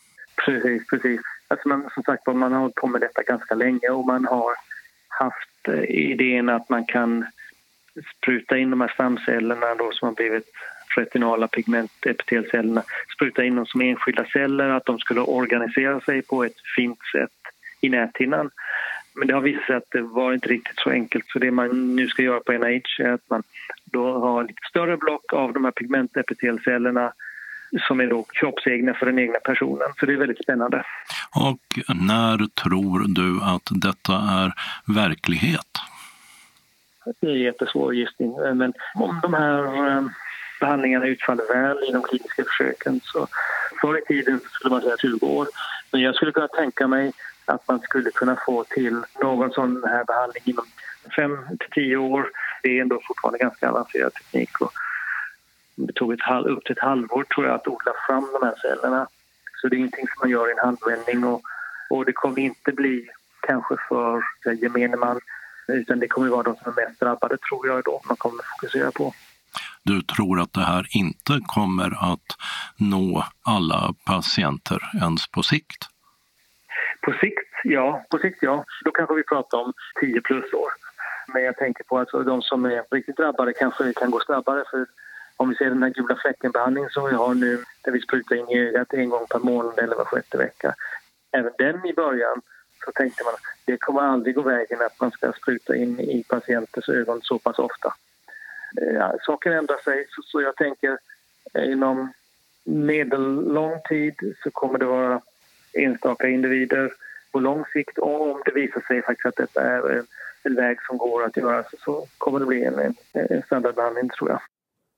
Precis, precis. Alltså man, som sagt, man har hållit på med detta ganska länge och man har haft idén att man kan spruta in de här stamcellerna då som har blivit retinala pigmentepitelcellerna, spruta in dem som enskilda celler, att de skulle organisera sig på ett fint sätt i näthinnan. Men det har visat sig att det var inte riktigt så enkelt. Så det man nu ska göra på N I H är att man då har lite större block av de här pigmentepitelcellerna som är då kroppsegna för den egna personen. Så det är väldigt spännande. Och när tror du att detta är verklighet? Det är en jättesvår gissning. Men om de här behandlingarna utfaller väl i de kliniska försöken så förr i tiden skulle man säga tjugo år. Men jag skulle kunna tänka mig att man skulle kunna få till någon sån här behandling inom fem till tio år. Det är ändå fortfarande ganska avancerad teknik och det tog ett halv, upp till ett halvår tror jag att odla fram de här cellerna. Så det är ingenting som man gör i en handvändning och, och det kommer inte bli kanske för gemene man utan det kommer vara de som är mest drabbade tror jag då man kommer fokusera på. Du tror att det här inte kommer att nå alla patienter ens på sikt? På sikt, ja. På sikt, ja. Då kanske vi pratar om tio plus år. Men jag tänker på att de som är riktigt drabbade kanske kan gå snabbare. För om vi ser den här gula fläckenbehandlingen som vi har nu, där vi sprutar in i ögat en gång per månad eller var sjätte vecka. Även den i början så tänkte man att det kommer aldrig gå vägen att man ska spruta in i patienters ögon så pass ofta. Ja, saker ändrar sig, så, så jag tänker inom medellång tid så kommer det vara enstaka individer på lång sikt. Och om det visar sig faktiskt att detta är en, en väg som går att göra så, så kommer det bli en, en, en standardbehandling tror jag.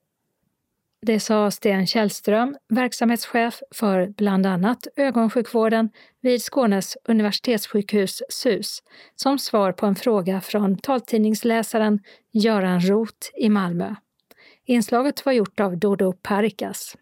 Det sa Sten Källström, verksamhetschef för bland annat ögonsjukvården vid Skånes universitetssjukhus S U S, som svar på en fråga från taltidningsläsaren Göran Roth i Malmö. Inslaget var gjort av Dodo Parikas.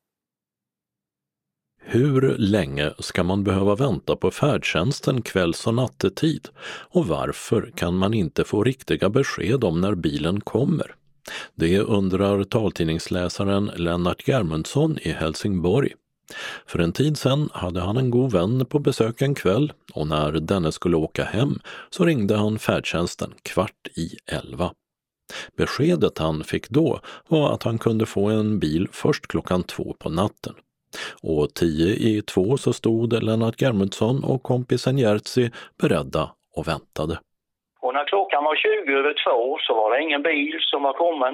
Hur länge ska man behöva vänta på färdtjänsten kvälls- och nattetid? Och varför kan man inte få riktiga besked om när bilen kommer? Det undrar taltidningsläsaren Lennart Germundsson i Helsingborg. För en tid sedan hade han en god vän på besök en kväll och när denne skulle åka hem så ringde han färdtjänsten kvart i elva. Beskedet han fick då var att han kunde få en bil först klockan två på natten. Och tio i två så stod Lennart Germundsson och kompisen Jerzy beredda och väntade. Och när klockan var tjugo över två så var det ingen bil som var kommen.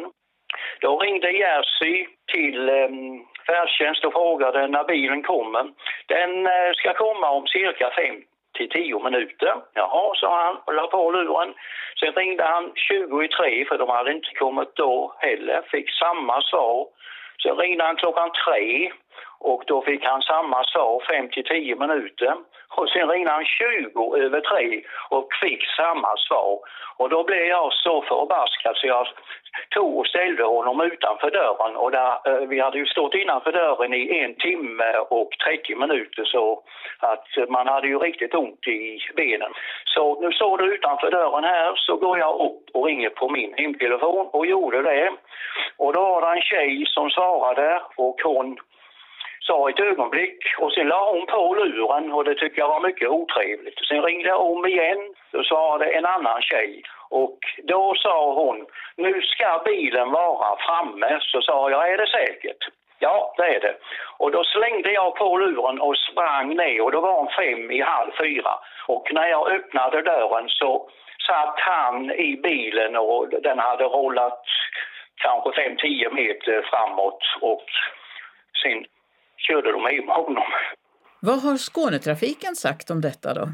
Då ringde Jerzy till eh, färdtjänst och frågade när bilen kommer. Den eh, ska komma om cirka fem till tio minuter. Jaha, sa han och la på luren. Sen ringde han tjugo i tre för de hade inte kommit då heller. Fick samma svar. Sen ringde han klockan tre. Och då fick han samma svar, fem till tio minuter. Och sen ringde han tjugo över tre och fick samma svar. Och då blev jag så förbaskad så jag tog och ställde honom utanför dörren. Och där, vi hade ju stått innanför dörren i en timme och trettio minuter så att man hade ju riktigt ont i benen. Så nu står du utanför dörren här så går jag upp och ringer på min hemtelefon och gjorde det. Och då var det en tjej som svarade och hon sa ett ögonblick och sen la hon på luren och det tycker jag var mycket otrevligt. Sen ringde jag om igen och svarade en annan tjej och då sa hon nu ska bilen vara framme. Så sa jag, är det säkert? Ja, det är det. Och då slängde jag på luren och sprang ner och då var hon fem i halv fyra. Och när jag öppnade dörren så satt han i bilen och den hade rollat kanske fem till tio meter framåt och sen körde de med honom. Vad har Skånetrafiken sagt om detta då?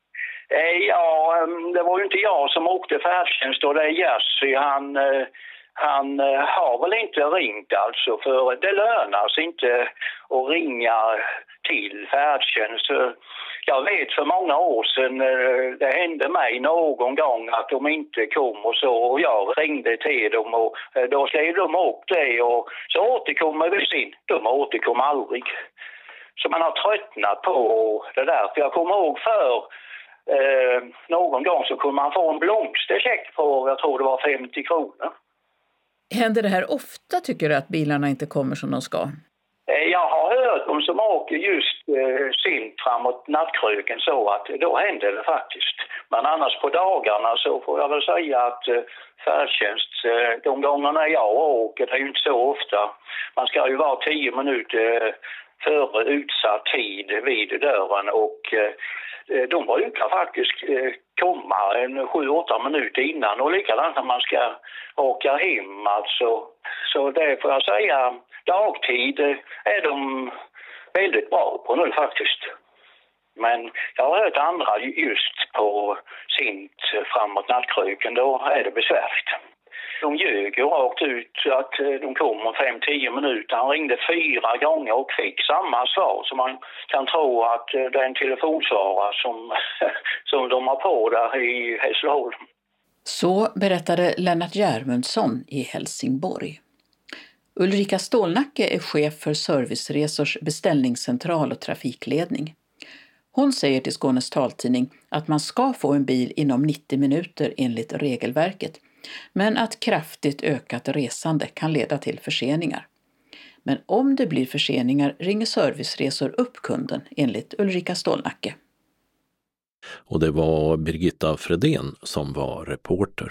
Ja, det var ju inte jag som åkte färdtjänst och det är Jerzy. Han, han har väl inte ringt alltså för det lönar sig inte att ringa till färdtjänst. Jag vet för många år sedan det hände mig någon gång att de inte kom och så och jag ringde till dem och då skrev de upp det och så återkommer vi sin. De återkom aldrig. Så man har tröttnat på det där. För jag kommer ihåg för eh, någon gång så kunde man få en blomstercheck på, jag tror det var femtio kronor. Händer det här ofta tycker du att bilarna inte kommer som de ska? Jag har hört om som åker just eh, sent framåt Nattkröken så att då händer det faktiskt. Men annars på dagarna så får jag väl säga att eh, färdtjänst, eh, de gångerna jag åker, det är ju inte så ofta. Man ska ju vara tio minuter eh, före utsatt tid vid dörren och eh, de brukar faktiskt eh, komma en sju åtta minuter innan och likadant när man ska åka hem alltså. Så det får jag säga, dagtid är de väldigt bra på nu faktiskt. Men jag har hört andra just på sent framåt Nattkröken, då är det besvärligt. De ljög ju rakt ut att de kom om fem till tio minuter. Han ringde fyra gånger och fick samma svar. Så man kan tro att det är en telefonsvarare som, som de har på där i Hässleholm. Så berättade Lennart Järmundsson i Helsingborg. Ulrika Stålnacke är chef för Serviceresors beställningscentral och trafikledning. Hon säger till Skånes taltidning att man ska få en bil inom nittio minuter enligt regelverket, men att kraftigt ökat resande kan leda till förseningar. Men om det blir förseningar ringer Serviceresor upp kunden enligt Ulrika Stålnacke. Och det var Birgitta Fredén som var reporter.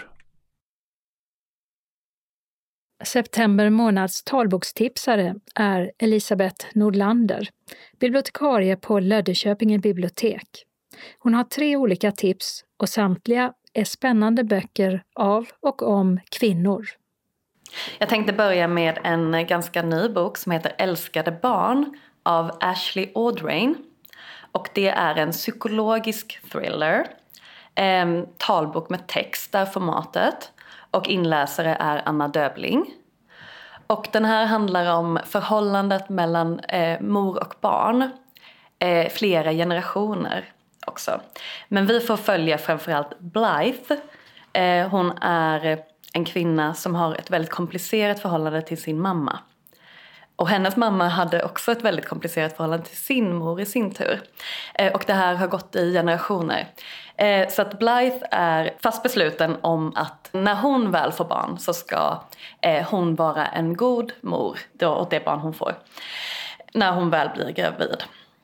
September månads talbokstipsare är Elisabeth Nordlander, bibliotekarie på Löddeköpinge bibliotek. Hon har tre olika tips och samtliga är spännande böcker av och om kvinnor. Jag tänkte börja med en ganska ny bok som heter Älskade barn av Ashley Audrain. Och det är en psykologisk thriller, eh, talbok med text där formatet och inläsare är Anna Döbling. Och den här handlar om förhållandet mellan eh, mor och barn, eh, flera generationer också. Men vi får följa framförallt Blythe. Eh, hon är en kvinna som har ett väldigt komplicerat förhållande till sin mamma. Och hennes mamma hade också ett väldigt komplicerat förhållande till sin mor i sin tur. Eh, och det här har gått i generationer. Eh, så att Blythe är fast besluten om att när hon väl får barn så ska eh, hon vara en god mor då, åt det barn hon får. När hon väl blir gravid.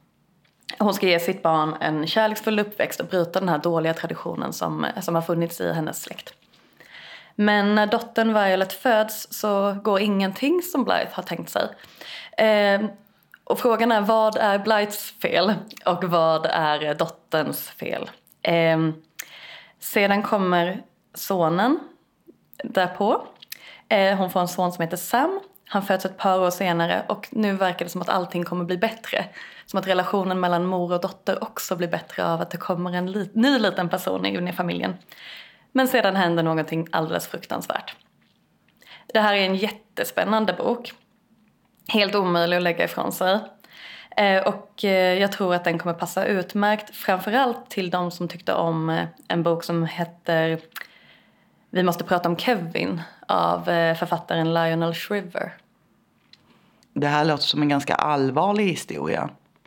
Hon ska ge sitt barn en kärleksfull uppväxt och bryta den här dåliga traditionen som, som har funnits i hennes släkt. Men när dottern Violet föds så går ingenting som Blythe har tänkt sig. Eh, och frågan är, vad är Blythes fel och vad är dotterns fel? Eh, sedan kommer sonen därpå. Eh, hon får en son som heter Sam. Han föds ett par år senare och nu verkar det som att allting kommer bli bättre. Som att relationen mellan mor och dotter också blir bättre av att det kommer en li- ny liten person in i familjen. Men sedan händer någonting alldeles fruktansvärt. Det här är en jättespännande bok. Helt omöjlig att lägga ifrån sig. Eh, och eh, jag tror att den kommer passa utmärkt. Framförallt till de som tyckte om eh, en bok som heter Vi måste prata om Kevin av eh, författaren Lionel Shriver. Det här låter som en ganska allvarlig historia.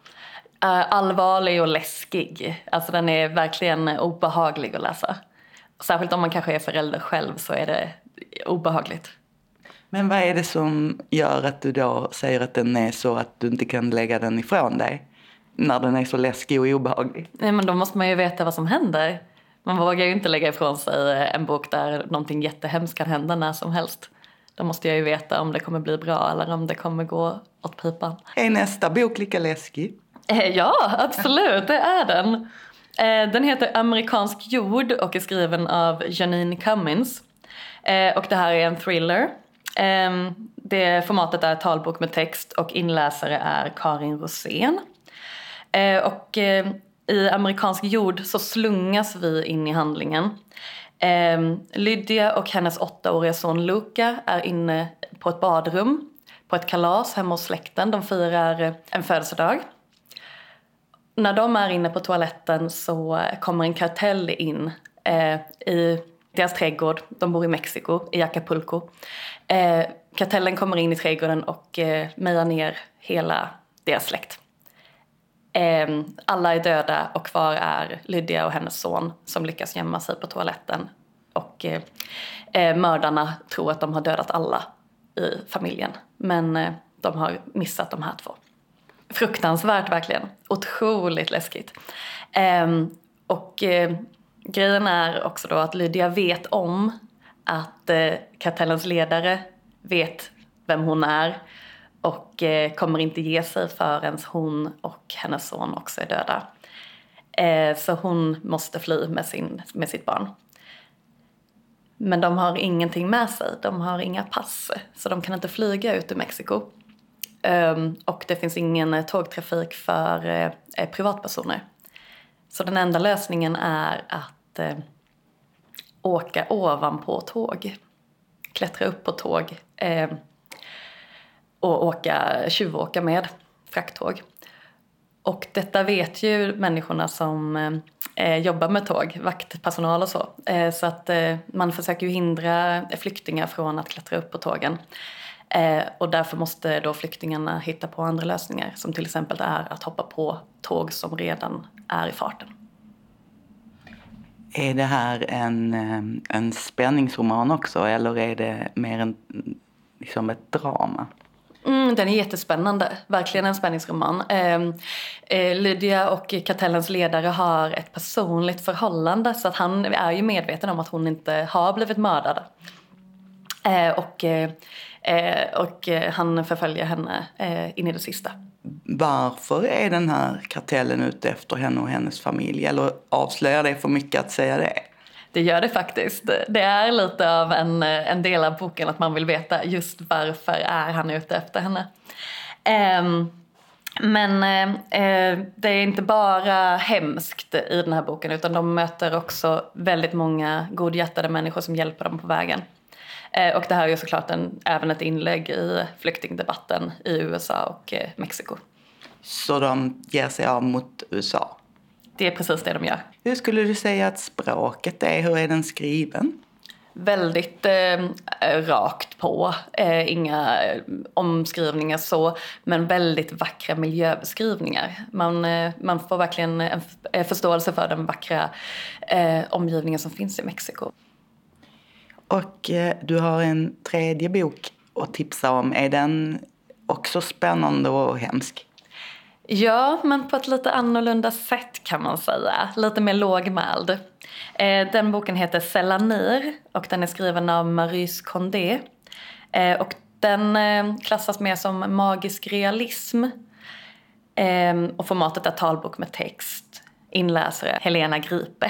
Uh, allvarlig och läskig. Alltså den är verkligen obehaglig att läsa. Särskilt om man kanske är förälder själv så är det obehagligt. Men vad är det som gör att du då säger att den är så att du inte kan lägga den ifrån dig? När den är så läskig och obehaglig. Nej, men då måste man ju veta vad som händer. Man vågar ju inte lägga ifrån sig en bok där någonting jättehemskt kan hända när som helst. Då måste jag ju veta om det kommer bli bra eller om det kommer gå åt pipan. Är nästa bok lika läskig? Ja, absolut. Det är den. Den heter Amerikansk jord och är skriven av Janine Cummins. Och det här är en thriller. Det formatet är talbok med text och inläsare är Karin Rosén. Och i Amerikansk jord så slungas vi in i handlingen. Lydia och hennes åttaåriga son Luca är inne på ett badrum på ett kalas hemma hos släkten. De firar en födelsedag. När de är inne på toaletten så kommer en kartell in eh, i deras trädgård. De bor i Mexiko, i Acapulco. Eh, kartellen kommer in i trädgården och eh, mejar ner hela deras släkt. Eh, alla är döda och kvar är Lydia och hennes son som lyckas gömma sig på toaletten. Och eh, mördarna tror att de har dödat alla i familjen. Men eh, de har missat de här två. Fruktansvärt verkligen. Otroligt läskigt. Ehm, och eh, grejen är också då att Lydia vet om att eh, kartellens ledare vet vem hon är. Och eh, kommer inte ge sig förrän hon och hennes son också är döda. Eh, så hon måste fly med, sin, med sitt barn. Men de har ingenting med sig. De har inga pass. Så de kan inte flyga ut ur Mexiko. Um, och det finns ingen tågtrafik för eh, privatpersoner. Så den enda lösningen är att eh, åka ovanpå tåg. Klättra upp på tåg. Eh, och åka, tjuvåka med frakttåg. Och detta vet ju människorna som eh, jobbar med tåg, vaktpersonal och så. Eh, så att eh, man försöker ju hindra flyktingar från att klättra upp på tågen. Eh, och därför måste då flyktingarna hitta på andra lösningar. Som till exempel är att hoppa på tåg som redan är i farten. Är det här en, en spänningsroman också eller är det mer en, liksom ett drama? Mm, den är jättespännande, verkligen en spänningsroman. Eh, eh, Lydia och kartellens ledare har ett personligt förhållande så att han är ju medveten om att hon inte har blivit mördad. Eh, och, eh, och han förföljer henne eh, in i det sista. Varför är den här kartellen ute efter henne och hennes familj? Eller avslöjar det för mycket att säga det? Det gör det faktiskt. Det är lite av en, en del av boken att man vill veta just varför är han ute efter henne. Um, men uh, det är inte bara hemskt i den här boken utan de möter också väldigt många godhjärtade människor som hjälper dem på vägen. Uh, och det här är ju såklart en, även ett inlägg i flyktingdebatten i U S A och uh, Mexiko. Så de ger sig av mot U S A? Det är precis det de gör. Hur skulle du säga att språket är? Hur är den skriven? Väldigt eh, rakt på. Eh, inga eh, omskrivningar så. Men väldigt vackra miljöbeskrivningar. Man, eh, man får verkligen en f- förståelse för den vackra eh, omgivningen som finns i Mexiko. Och eh, du har en tredje bok att tipsa om. Är den också spännande och hemsk? Ja, men på ett lite annorlunda sätt kan man säga. Lite mer lågmäld. Eh, den boken heter Selanir och den är skriven av Maryse Condé. Eh, och den eh, klassas mer som magisk realism. Eh, och formatet är talbok med text. Inläsare Helena Gripe.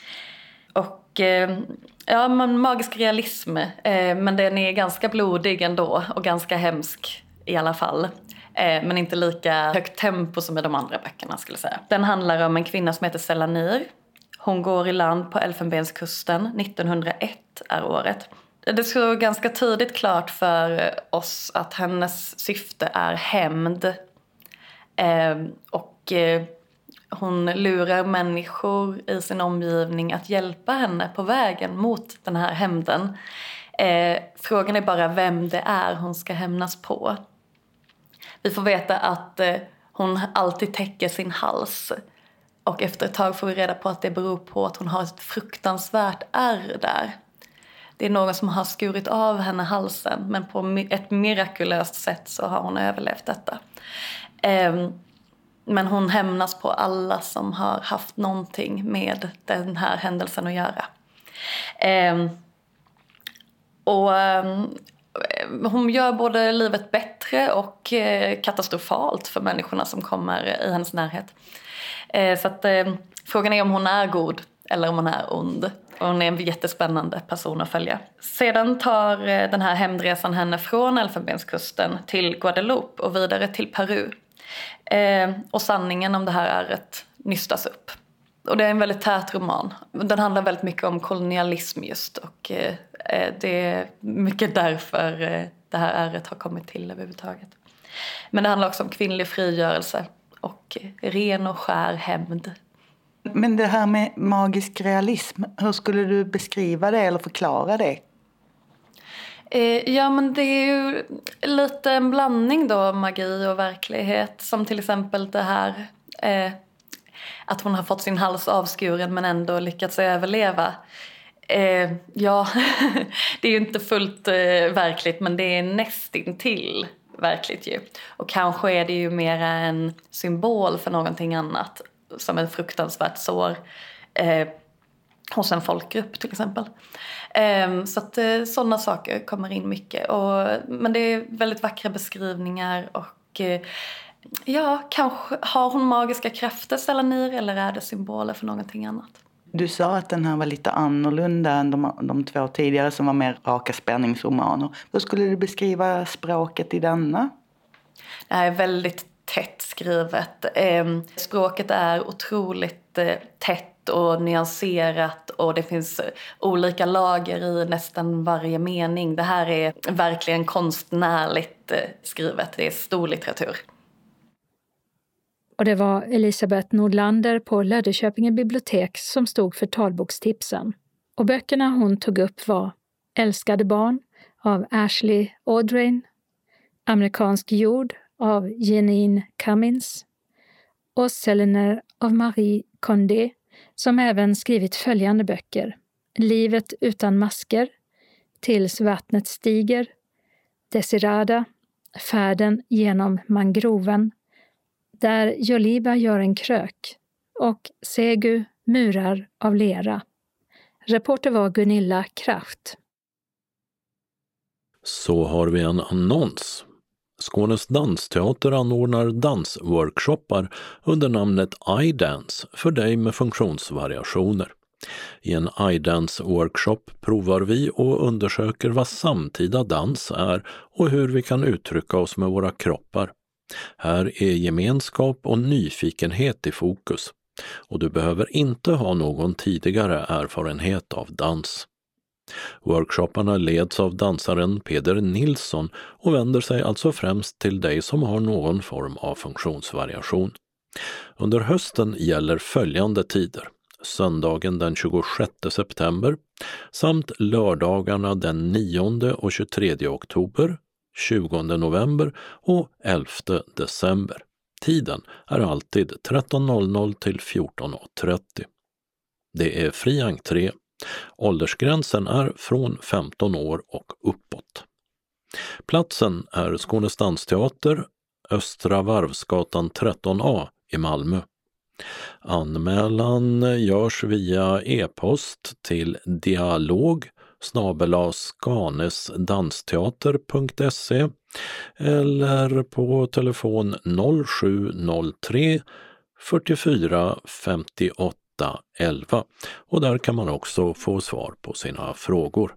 Och eh, ja, men magisk realism. Eh, men den är ganska blodig ändå och ganska hemsk i alla fall. Men inte lika högt tempo som i de andra böckerna skulle jag säga. Den handlar om en kvinna som heter Selanir. Hon går i land på Elfenbenskusten. nittonhundraett är året. Det står ganska tidigt klart för oss att hennes syfte är hämnd. Och hon lurar människor i sin omgivning att hjälpa henne på vägen mot den här hämnden. Frågan är bara vem det är hon ska hämnas på. Vi får veta att eh, hon alltid täcker sin hals. Och efter ett tag får vi reda på att det beror på att hon har ett fruktansvärt ärr där. Det är någon som har skurit av henne halsen. Men på ett mirakulöst sätt så har hon överlevt detta. Eh, men hon hämnas på alla som har haft någonting med den här händelsen att göra. Eh, och... Hon gör både livet bättre och katastrofalt för människorna som kommer i hennes närhet. Så att, frågan är om hon är god eller om hon är ond. Och hon är en jättespännande person att följa. Sedan tar den här hämndresan henne från Elfenbenskusten till Guadeloupe och vidare till Peru. Och sanningen om det här ärret nystas upp. Och det är en väldigt tät roman. Den handlar väldigt mycket om kolonialism just. Och eh, det är mycket därför eh, det här ärret har kommit till överhuvudtaget. Men det handlar också om kvinnlig frigörelse. Och eh, ren och skär hämnd. Men det här med magisk realism. Hur skulle du beskriva det eller förklara det? Eh, ja men det är ju lite en blandning då. Magi och verklighet. Som till exempel det här... Eh, Att hon har fått sin hals avskuren men ändå lyckats överleva. Eh, ja, det är ju inte fullt eh, verkligt men det är nästintill verkligt ju. Och kanske är det ju mer en symbol för någonting annat, som ett fruktansvärt sår eh, hos en folkgrupp till exempel. Eh, så att eh, sådana saker kommer in mycket. Och, men det är väldigt vackra beskrivningar och eh, ja, kanske har hon magiska krafter Selanir, eller är det symboler för någonting annat? Du sa att den här var lite annorlunda än de, de två tidigare som var mer raka spänningsromaner. Hur skulle du beskriva språket i denna? Det här är väldigt tätt skrivet. Eh, språket är otroligt eh, tätt och nyanserat, och det finns olika lager i nästan varje mening. Det här är verkligen konstnärligt eh, skrivet. Det är stor litteratur. Och det var Elisabeth Nordlander på Löddeköpinge bibliotek som stod för talbokstipsen. Och böckerna hon tog upp var Älskade barn av Ashley Audrain, Amerikansk jord av Janine Cummins och Selanir av Marie Condé, som även skrivit följande böcker: Livet utan masker, Tills vattnet stiger, Desirada, Färden genom mangroven, Där Joliba gör en krök och Segu murar av lera. Reporter var Gunilla Kraft. Så har vi en annons. Skånes dansteater anordnar dansworkshoppar under namnet iDance för dig med funktionsvariationer. I en iDance-workshop provar vi och undersöker vad samtida dans är och hur vi kan uttrycka oss med våra kroppar. Här är gemenskap och nyfikenhet i fokus, och du behöver inte ha någon tidigare erfarenhet av dans. Workshopparna leds av dansaren Peder Nilsson och vänder sig alltså främst till dig som har någon form av funktionsvariation. Under hösten gäller följande tider: söndagen den tjugosjätte september samt lördagarna den nionde och tjugotredje oktober, tjugonde november och elfte december. Tiden är alltid tretton till fjorton trettio. Det är fri entré. Åldersgränsen är från femton år och uppåt. Platsen är Skånes dansteater, Östra Varvsgatan tretton A i Malmö. Anmälan görs via e-post till dialog snabel-a skanesdansteater punkt se eller på telefon noll sju noll tre fyrtiofyra femtioåtta elva, och där kan man också få svar på sina frågor.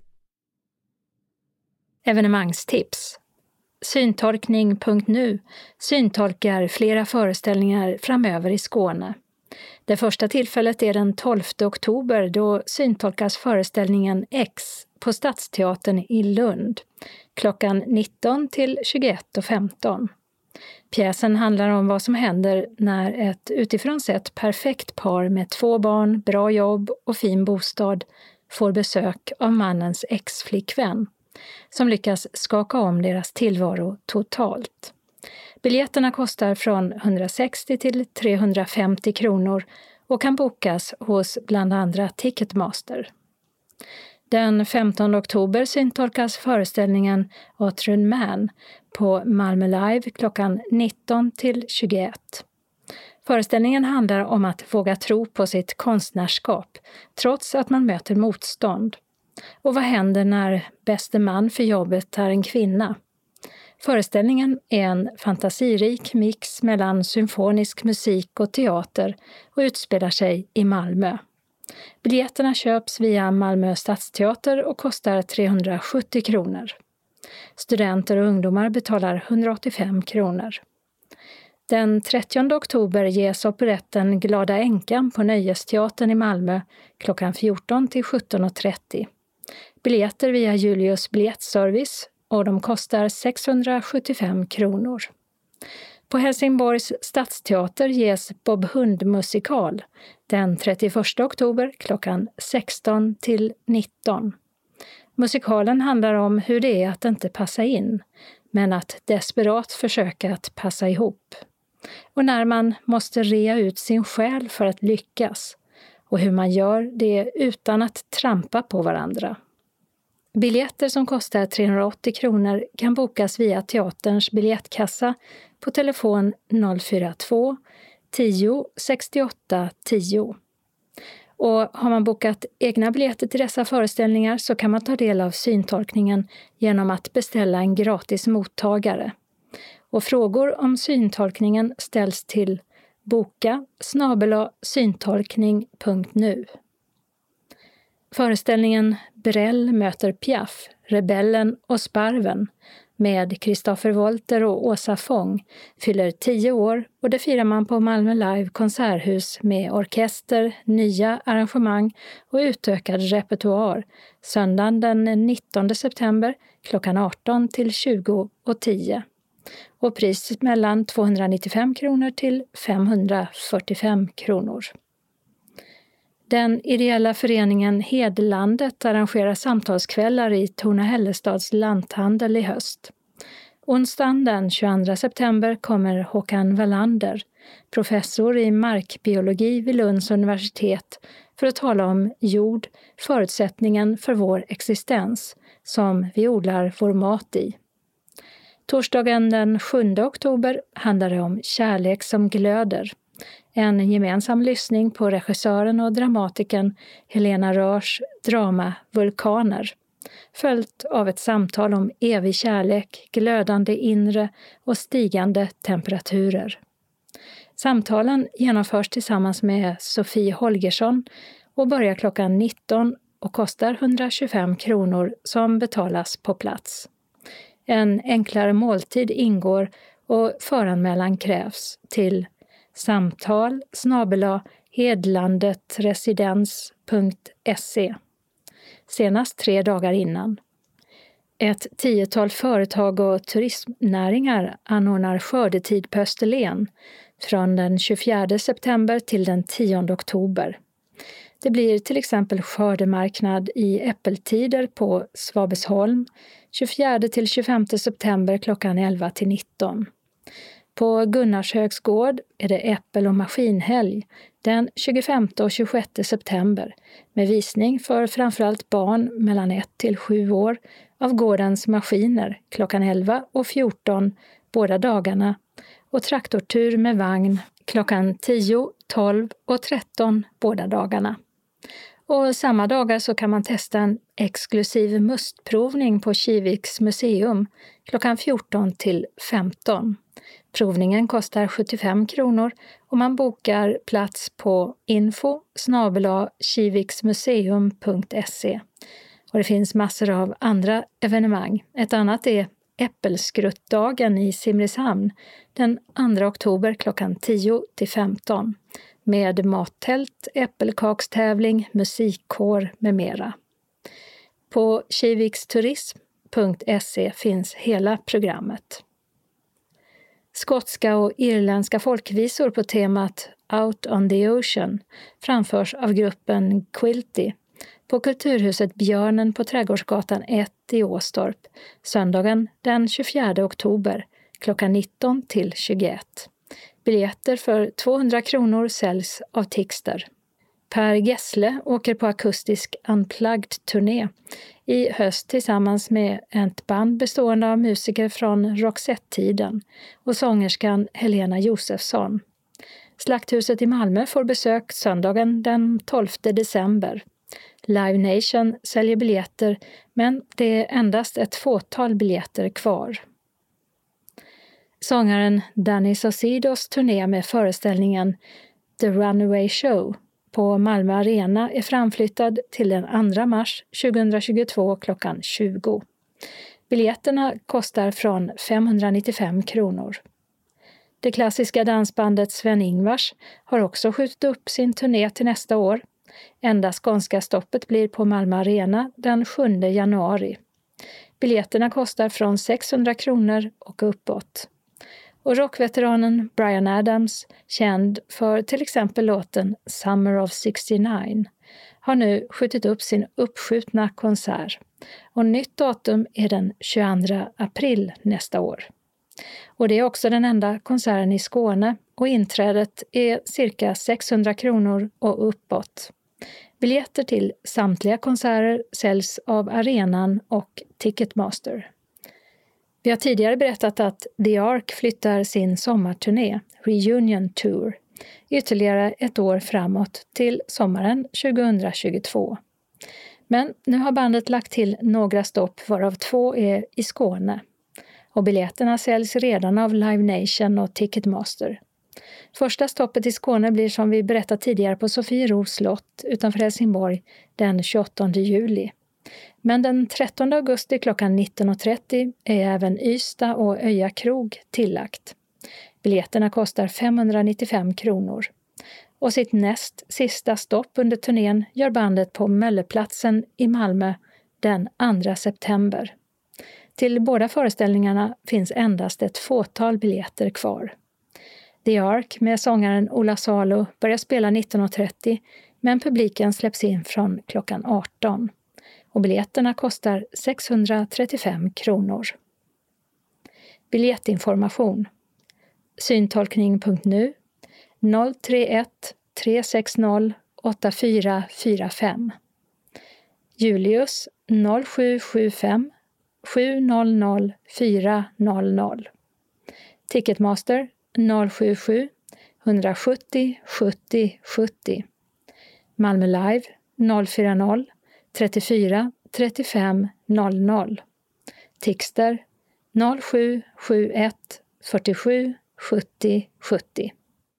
Evenemangstips. Syntolkning punkt nu syntolkar flera föreställningar framöver i Skåne. Det första tillfället är den tolfte oktober, då syntolkas föreställningen X på Stadsteatern i Lund klockan nitton till tjugoett femton. Pjäsen handlar om vad som händer när ett utifrån sett perfekt par med två barn, bra jobb och fin bostad får besök av mannens ex-flickvän som lyckas skaka om deras tillvaro totalt. Biljetterna kostar från hundrasextio till trehundrafemtio kronor och kan bokas hos bland andra Ticketmaster. Den femtonde oktober syntolkas föreställningen Outrun Man på Malmö Live klockan nitton till tjugoett. Föreställningen handlar om att våga tro på sitt konstnärskap trots att man möter motstånd. Och vad händer när bäste man för jobbet är en kvinna? Föreställningen är en fantasirik mix mellan symfonisk musik och teater och utspelar sig i Malmö. Biljetterna köps via Malmö stadsteater och kostar trehundrasjuttio kronor. Studenter och ungdomar betalar hundraåttiofem kronor. Den trettionde oktober ges operetten Glada änkan på Nöjesteatern i Malmö klockan fjorton till sjutton trettio. Biljetter via Julius biljettservice och de kostar sexhundrasjuttiofem kronor. På Helsingborgs stadsteater ges Bob Hund-musikal den trettioförsta oktober klockan sexton till nitton. Musikalen handlar om hur det är att inte passa in, men att desperat försöka att passa ihop. Och när man måste rea ut sin själ för att lyckas, och hur man gör det utan att trampa på varandra. Biljetter som kostar trehundraåttio kronor kan bokas via teaterns biljettkassa på telefon noll fyra två tio sextioåtta tio. Och har man bokat egna biljetter till dessa föreställningar så kan man ta del av syntolkningen genom att beställa en gratis mottagare. Och frågor om syntolkningen ställs till boka snabel-a syntolkning punkt nu. Föreställningen Brel möter Piaf, Rebellen och Sparven med Kristoffer Wolter och Åsa Fång fyller tio år och det firar man på Malmö Live konserthus med orkester, nya arrangemang och utökad repertoar söndagen den nittonde september klockan arton till tjugo och tio. Och pris mellan tvåhundranittiofem kronor till femhundrafyrtiofem kronor. Den ideella föreningen Hedlandet arrangerar samtalskvällar i Torna-Hällestads lanthandel i höst. Onsdagen den tjugoandra september kommer Håkan Wallander, professor i markbiologi vid Lunds universitet, för att tala om jord, förutsättningen för vår existens, som vi odlar vår mat i. Torsdagen den sjunde oktober handlar det om Kärlek som glöder. En gemensam lyssning på regissören och dramatikern Helena Rörs drama Vulkaner. Följt av ett samtal om evig kärlek, glödande inre och stigande temperaturer. Samtalen genomförs tillsammans med Sofie Holgersson och börjar klockan nitton och kostar hundratjugofem kronor som betalas på plats. En enklare måltid ingår och föranmälan krävs till samtal snabel-a hedlandetresidens punkt se senast tre dagar innan. Ett tiotal företag och turismnäringar anordnar skördetid på Österlen från den tjugofjärde september till den tionde oktober. Det blir till exempel skördemarknad i äppeltider på Svabesholm tjugofjärde till tjugofemte september klockan elva till nitton. På Gunnarshögs gård är det äppel- och maskinhelg den tjugofemte och tjugosjätte september med visning för framförallt barn mellan ett till sju år av gårdens maskiner klockan elva och fjorton båda dagarna och traktortur med vagn klockan tio, tolv och tretton båda dagarna. Och samma dagar så kan man testa en exklusiv mustprovning på Kiviks museum klockan fjorton till femton. Provningen kostar sjuttiofem kronor och man bokar plats på info snabel-a kiviksmuseum punkt se. Och det finns massor av andra evenemang. Ett annat är Äppelskruttdagen i Simrishamn den andra oktober klockan tio till femton med mattält, äppelkakstävling, musikkår med mera. På kiviksturism punkt se finns hela programmet. Skotska och irländska folkvisor på temat Out on the Ocean framförs av gruppen Quilty på Kulturhuset Björnen på Trädgårdsgatan ett i Åstorp söndagen den tjugofjärde oktober klockan nitton till tjugoett. Biljetter för tvåhundra kronor säljs av Tixter. Per Gessle åker på akustisk Unplugged-turné i höst tillsammans med ett band bestående av musiker från Roxette-tiden och sångerskan Helena Josefsson. Slakthuset i Malmö får besök söndagen den tolfte december. Live Nation säljer biljetter men det är endast ett fåtal biljetter kvar. Sångaren Danny Saucedos turné med föreställningen The Runaway Show på Malmö Arena är framflyttad till den andra mars tjugohundratjugotvå klockan tjugo. Biljetterna kostar från femhundranittiofem kronor. Det klassiska dansbandet Sven-Ingvars har också skjutit upp sin turné till nästa år. Enda skånska stoppet blir på Malmö Arena den sjunde januari. Biljetterna kostar från sexhundra kronor och uppåt. Och rockveteranen Bryan Adams, känd för till exempel låten Summer of sextionio, har nu skjutit upp sin uppskjutna konsert. Och nytt datum är den tjugoandra april nästa år. Och det är också den enda konserten i Skåne och inträdet är cirka sexhundra kronor och uppåt. Biljetter till samtliga konserter säljs av arenan och Ticketmaster. Vi har tidigare berättat att The Ark flyttar sin sommarturné, Reunion Tour, ytterligare ett år framåt till sommaren tjugohundratjugotvå. Men nu har bandet lagt till några stopp varav två är i Skåne. Och biljetterna säljs redan av Live Nation och Ticketmaster. Första stoppet i Skåne blir som vi berättat tidigare på Sofieros slott utanför Helsingborg den tjugoåttonde juli. Men den trettonde augusti klockan nitton och trettio är även Ystad och Öja krog tillagt. Biljetterna kostar femhundranittiofem kronor. Och sitt näst sista stopp under turnén gör bandet på Mölleplatsen i Malmö den andra september. Till båda föreställningarna finns endast ett fåtal biljetter kvar. The Ark med sångaren Ola Salo börjar spela nitton och trettio, men publiken släpps in från klockan arton. Och biljetterna kostar sexhundratrettiofem kronor. Biljettinformation. Syntolkning punkt nu noll tre ett tre sex noll åtta fyra fyra fem. Julius noll sju sju fem sju noll noll fyra noll noll. Ticketmaster noll sju sju ett sju noll sjuttio sjuttio. Malmö Live noll fyra noll trettiofyra trettiofem noll noll. Tixter noll sju sju ett fyrtiosju sjuttio sjuttio.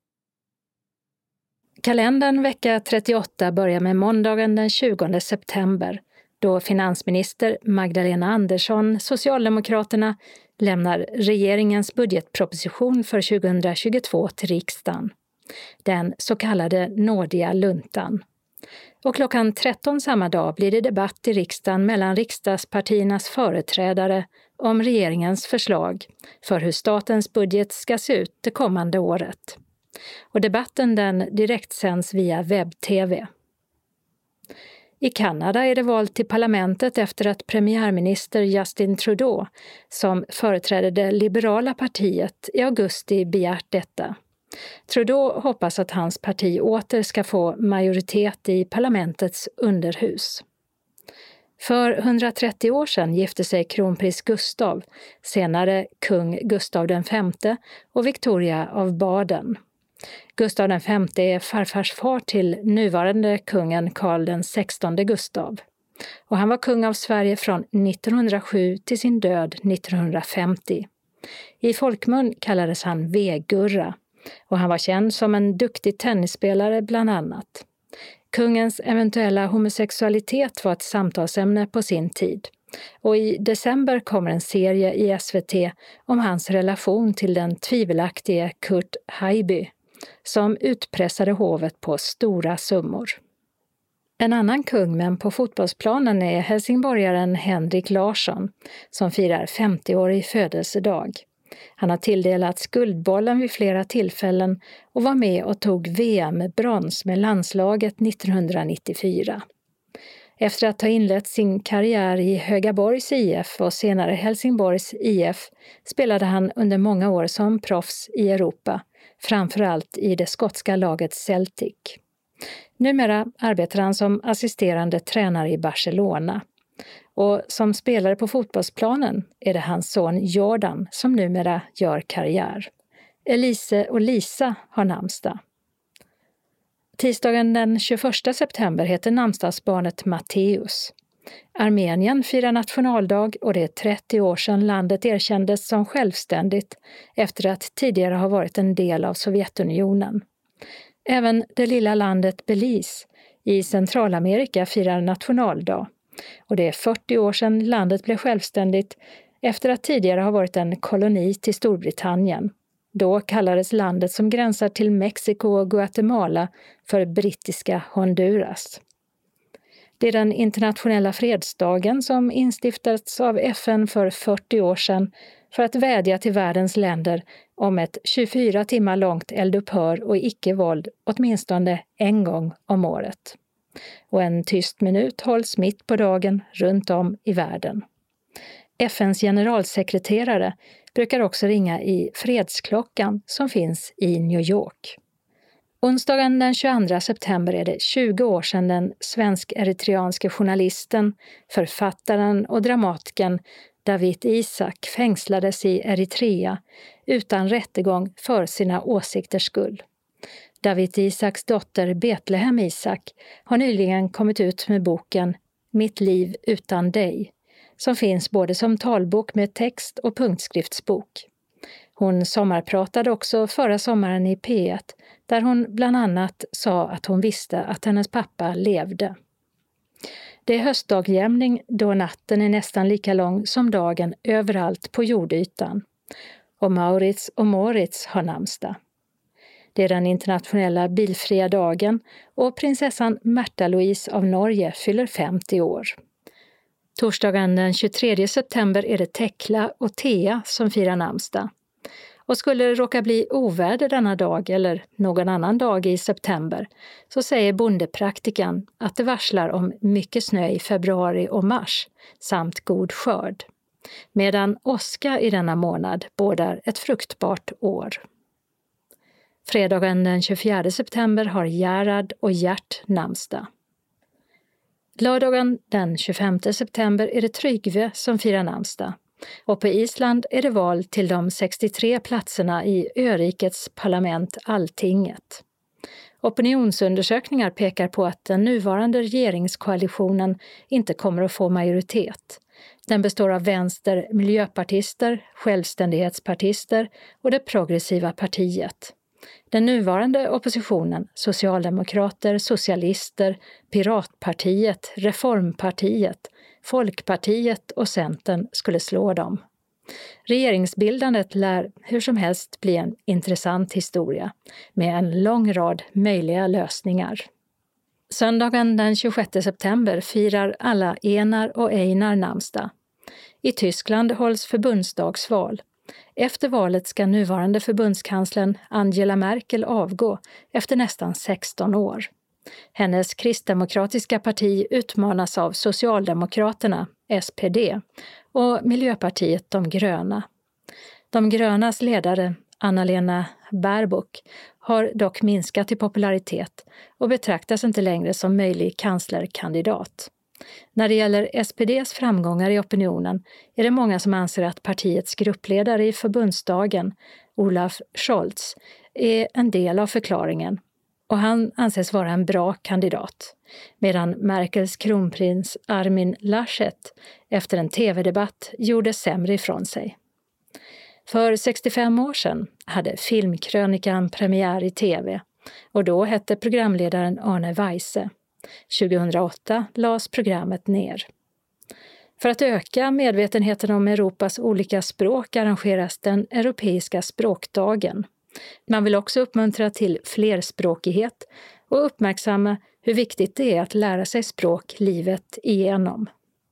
Kalendern vecka trettioåtta börjar med måndagen den tjugonde september då finansminister Magdalena Andersson, Socialdemokraterna, lämnar regeringens budgetproposition för tjugohundratjugotvå till riksdagen. Den så kallade nådiga luntan. Och klockan tretton samma dag blir det debatt i riksdagen mellan riksdagspartiernas företrädare om regeringens förslag för hur statens budget ska se ut det kommande året. Och debatten den direktsänds via webb-tv. I Kanada är det val till parlamentet efter att premiärminister Justin Trudeau, som företräder det liberala partiet, i augusti begärt detta. Trudeau hoppas att hans parti åter ska få majoritet i parlamentets underhus. För hundratrettio år sedan gifte sig kronprins Gustav, senare kung Gustav den femte och Victoria av Baden. Gustav den femte är farfars far till nuvarande kungen Karl den sextonde Gustav. Och han var kung av Sverige från nittonhundrasju till sin död nittonhundrafemtio. I folkmun kallades han V-Gurra och han var känd som en duktig tennisspelare bland annat. Kungens eventuella homosexualitet var ett samtalsämne på sin tid. Och i december kommer en serie i S V T om hans relation till den tvivelaktige Kurt Haijby, som utpressade hovet på stora summor. En annan kung men på fotbollsplanen är helsingborgaren Henrik Larsson som firar femtioårig födelsedag. Han har tilldelats Guldbollen vid flera tillfällen och var med och tog V M-brons med landslaget nittonhundranittiofyra. Efter att ha inlett sin karriär i Högaborgs I F och senare Helsingborgs I F spelade han under många år som proffs i Europa, framförallt i det skotska laget Celtic. Numera arbetar han som assisterande tränare i Barcelona. Och som spelare på fotbollsplanen är det hans son Jordan som numera gör karriär. Elise och Lisa har namnsdag. Tisdagen den tjugoförsta september heter namnsdagsbarnet Matteus. Armenien firar nationaldag och det är trettio år sedan landet erkändes som självständigt efter att tidigare ha varit en del av Sovjetunionen. Även det lilla landet Belize i Centralamerika firar nationaldag. Och det är fyrtio år sedan landet blev självständigt efter att tidigare ha varit en koloni till Storbritannien. Då kallades landet som gränsar till Mexiko och Guatemala för brittiska Honduras. Det är den internationella fredsdagen som instiftats av F N för fyrtio år sedan för att vädja till världens länder om ett tjugofyra timmar långt eldupphör och icke-våld åtminstone en gång om året. Och en tyst minut hålls mitt på dagen runt om i världen. F N:s generalsekreterare brukar också ringa i fredsklockan som finns i New York. Onsdagen den tjugoandra september är det tjugo år sedan den svensk-eritreanske journalisten, författaren och dramatikern Dawit Isaak fängslades i Eritrea utan rättegång för sina åsikters skull. Dawit Isaaks dotter Betlehem Isaak har nyligen kommit ut med boken Mitt liv utan dig, som finns både som talbok med text och punktskriftsbok. Hon sommarpratade också förra sommaren i P ett, där hon bland annat sa att hon visste att hennes pappa levde. Det är höstdagjämning då natten är nästan lika lång som dagen överallt på jordytan. Och Maurits och Moritz har namnsdag. Det är den internationella bilfria dagen och prinsessan Märta Louise av Norge fyller femtio år. Torsdagen den tjugotredje september är det Tekla och Thea som firar namnsdag. Och skulle det råka bli oväder denna dag eller någon annan dag i september så säger bondepraktikan att det varslar om mycket snö i februari och mars samt god skörd. Medan åska i denna månad bådar ett fruktbart år. Fredagen den tjugofjärde september har Gerhard och Gert namnsdag. Lördagen den tjugofemte september är det Tryggve som firar namnsdag. Och på Island är det val till de sextiotre platserna i örikets parlament Alltinget. Opinionsundersökningar pekar på att den nuvarande regeringskoalitionen inte kommer att få majoritet. Den består av vänster, miljöpartister, självständighetspartister och det progressiva partiet. Den nuvarande oppositionen, socialdemokrater, socialister, piratpartiet, reformpartiet, Folkpartiet och Centern skulle slå dem. Regeringsbildandet lär hur som helst bli en intressant historia med en lång rad möjliga lösningar. Söndagen den tjugosjätte september firar alla Enar och Einar namnsdag. I Tyskland hålls förbundsdagsval. Efter valet ska nuvarande förbundskanslern Angela Merkel avgå efter nästan sexton år. Hennes kristdemokratiska parti utmanas av Socialdemokraterna, S P D, och Miljöpartiet de gröna. De grönas ledare, Annalena Baerbock, har dock minskat i popularitet och betraktas inte längre som möjlig kanslerkandidat. När det gäller S P D:s framgångar i opinionen är det många som anser att partiets gruppledare i förbundsdagen, Olaf Scholz, är en del av förklaringen. Och han anses vara en bra kandidat, medan Merkels kronprins Armin Laschet efter en tv-debatt gjorde sämre ifrån sig. För sextiofem år sedan hade Filmkrönikan premiär i tv och då hette programledaren Arne Weise. tjugohundraåtta lades programmet ner. För att öka medvetenheten om Europas olika språk arrangeras den europeiska språkdagen. Man vill också uppmuntra till flerspråkighet och uppmärksamma hur viktigt det är att lära sig språk livet igenom.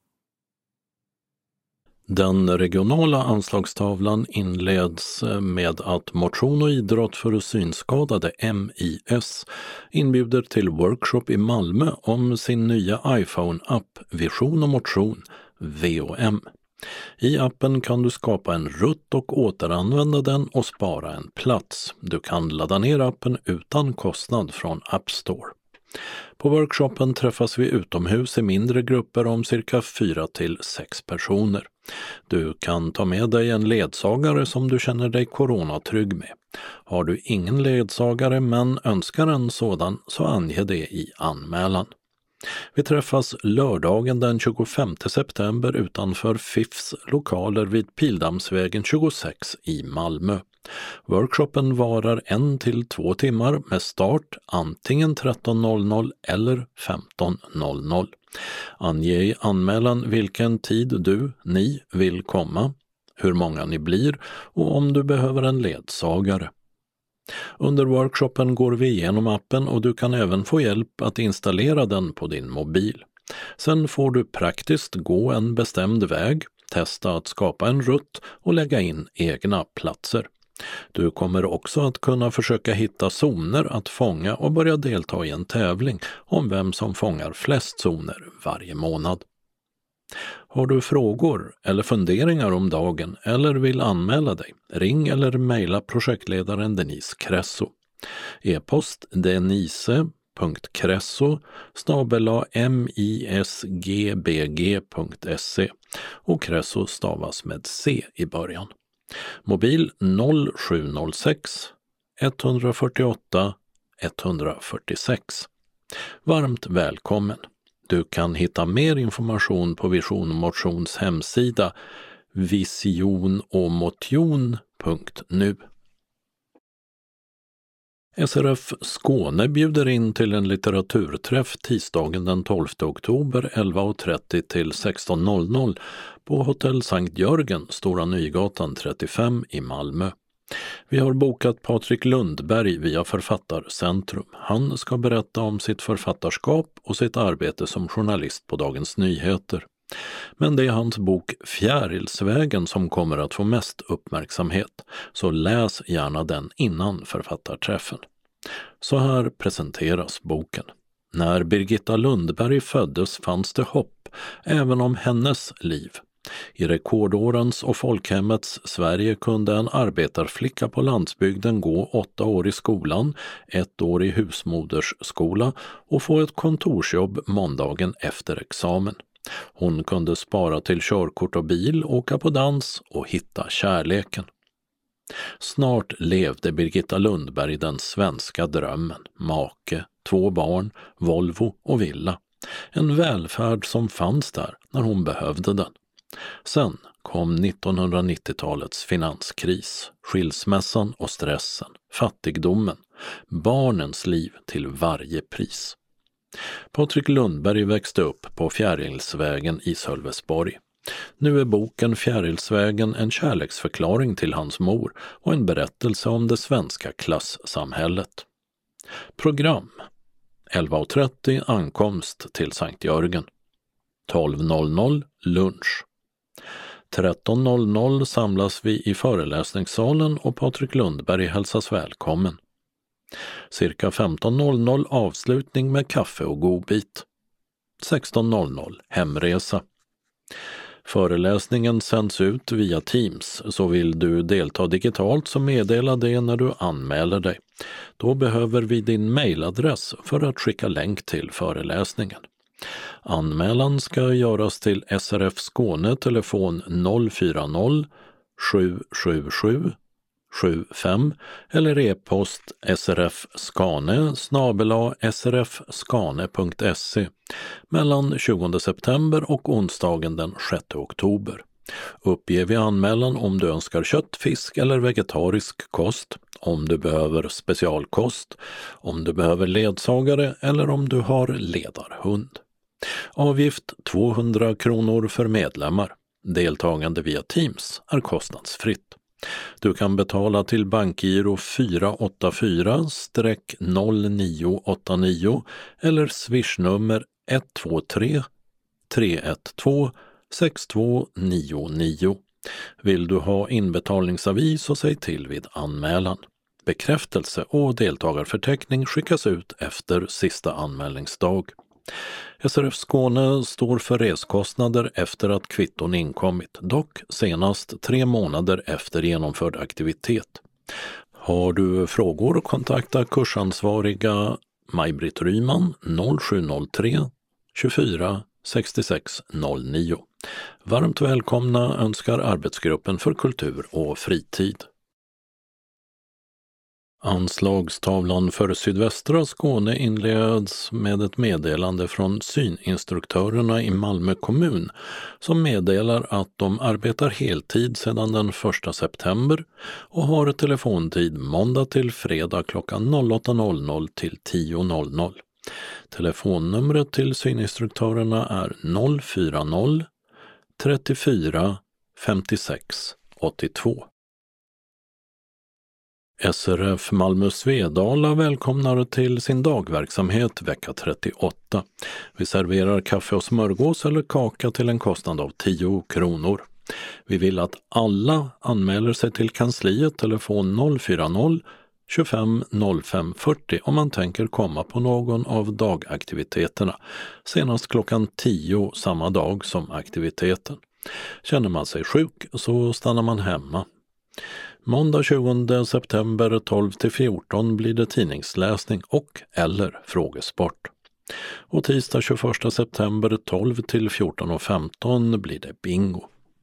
Den regionala anslagstavlan inleds med att Motion och idrott för synskadade M I S inbjuder till workshop i Malmö om sin nya iPhone-app Vision och motion, V O M. I appen kan du skapa en rutt och återanvända den och spara en plats. Du kan ladda ner appen utan kostnad från App Store. På workshopen träffas vi utomhus i mindre grupper om cirka fyra till sex personer. Du kan ta med dig en ledsagare som du känner dig coronatrygg med. Har du ingen ledsagare men önskar en sådan så ange det i anmälan. Vi träffas lördagen den tjugofemte september utanför F I Fs lokaler vid Pildammsvägen tjugosex i Malmö. Workshopen varar en till två timmar med start antingen tretton noll noll eller femton noll noll. Ange i anmälan vilken tid du, ni, vill komma, hur många ni blir och om du behöver en ledsagare. Under workshopen går vi igenom appen och du kan även få hjälp att installera den på din mobil. Sen får du praktiskt gå en bestämd väg, testa att skapa en rutt och lägga in egna platser. Du kommer också att kunna försöka hitta zoner att fånga och börja delta i en tävling om vem som fångar flest zoner varje månad. Har du frågor eller funderingar om dagen eller vill anmäla dig, ring eller mejla projektledaren Denise Cresso. E-post denise.kresso snabel-a misgbg punkt se och Kresso stavas med C i början. Mobil noll sju noll sex ett fyra åtta ett fyra sex. Varmt välkommen! Du kan hitta mer information på Vision Motions hemsida visionomotion punkt nu. S R F Skåne bjuder in till en litteraturträff tisdagen den tolfte oktober elva och trettio till sexton noll noll på Hotell Sankt Jörgen, Stora Nygatan trettiofem i Malmö. Vi har bokat Patrik Lundberg via Författarcentrum. Han ska berätta om sitt författarskap och sitt arbete som journalist på Dagens Nyheter. Men det är hans bok Fjärilsvägen som kommer att få mest uppmärksamhet, så läs gärna den innan författarträffen. Så här presenteras boken. När Birgitta Lundberg föddes fanns det hopp, även om hennes liv. I rekordårens och folkhemmets Sverige kunde en arbetarflicka på landsbygden gå åtta år i skolan, ett år i husmodersskola och få ett kontorsjobb måndagen efter examen. Hon kunde spara till körkort och bil, åka på dans och hitta kärleken. Snart levde Birgitta Lundberg den svenska drömmen, make, två barn, Volvo och villa. En välfärd som fanns där när hon behövde den. Sen kom nittonhundranittiotalets finanskris, skilsmässan och stressen, fattigdomen, barnens liv till varje pris. Patrik Lundberg växte upp på Fjärilsvägen i Sölvesborg. Nu är boken Fjärilsvägen en kärleksförklaring till hans mor och en berättelse om det svenska klassamhället. Program: elva och trettio ankomst till Sankt Jörgen. tolv noll noll lunch. tretton noll noll samlas vi i föreläsningssalen och Patrik Lundberg hälsas välkommen. Cirka femton noll noll avslutning med kaffe och godbit. sexton noll noll hemresa. Föreläsningen sänds ut via Teams, så vill du delta digitalt så meddela det när du anmäler dig. Då behöver vi din mejladress för att skicka länk till föreläsningen. Anmälan ska göras till S R F Skåne telefon noll fyra noll sju sju sju sju fem eller e-post srfskane snabel-a srfskane punkt se mellan tjugonde september och onsdagen den sjätte oktober. Uppge vid anmälan om du önskar kött, fisk eller vegetarisk kost, om du behöver specialkost, om du behöver ledsagare eller om du har ledarhund. Avgift tvåhundra kronor för medlemmar. Deltagande via Teams är kostnadsfritt. Du kan betala till bankgiro fyra åtta fyra noll nio åtta nio eller swishnummer ett två tre tre ett två sex två nio nio. Vill du ha inbetalningsavi så säg till vid anmälan. Bekräftelse och deltagarförteckning skickas ut efter sista anmälningsdag. S R F Skåne står för reskostnader efter att kvitton inkommit, dock senast tre månader efter genomförd aktivitet. Har du frågor, kontakta kursansvariga Maj-Britt Ryman noll sju noll tre tjugofyra sextiosex noll nio. Varmt välkomna önskar arbetsgruppen för kultur och fritid. Anslagstavlan för sydvästra Skåne inleds med ett meddelande från syninstruktörerna i Malmö kommun som meddelar att de arbetar heltid sedan den första september och har telefontid måndag till fredag klockan åtta noll noll till tio noll noll. Telefonnumret till syninstruktörerna är noll fyra noll trettiofyra femtiosex åttiotvå. S R F Malmö Svedala välkomnar till sin dagverksamhet vecka trettioåtta. Vi serverar kaffe och smörgås eller kaka till en kostnad av tio kronor. Vi vill att alla anmäler sig till kansliet telefon noll fyra noll tjugofem noll fem fyrtio om man tänker komma på någon av dagaktiviteterna, senast klockan tio samma dag som aktiviteten. Känner man sig sjuk så stannar man hemma. Måndag tjugonde september tolv till fjorton blir det tidningsläsning och eller frågesport. Och tisdag tjugoförsta september tolv till fjorton och femton blir det bingo.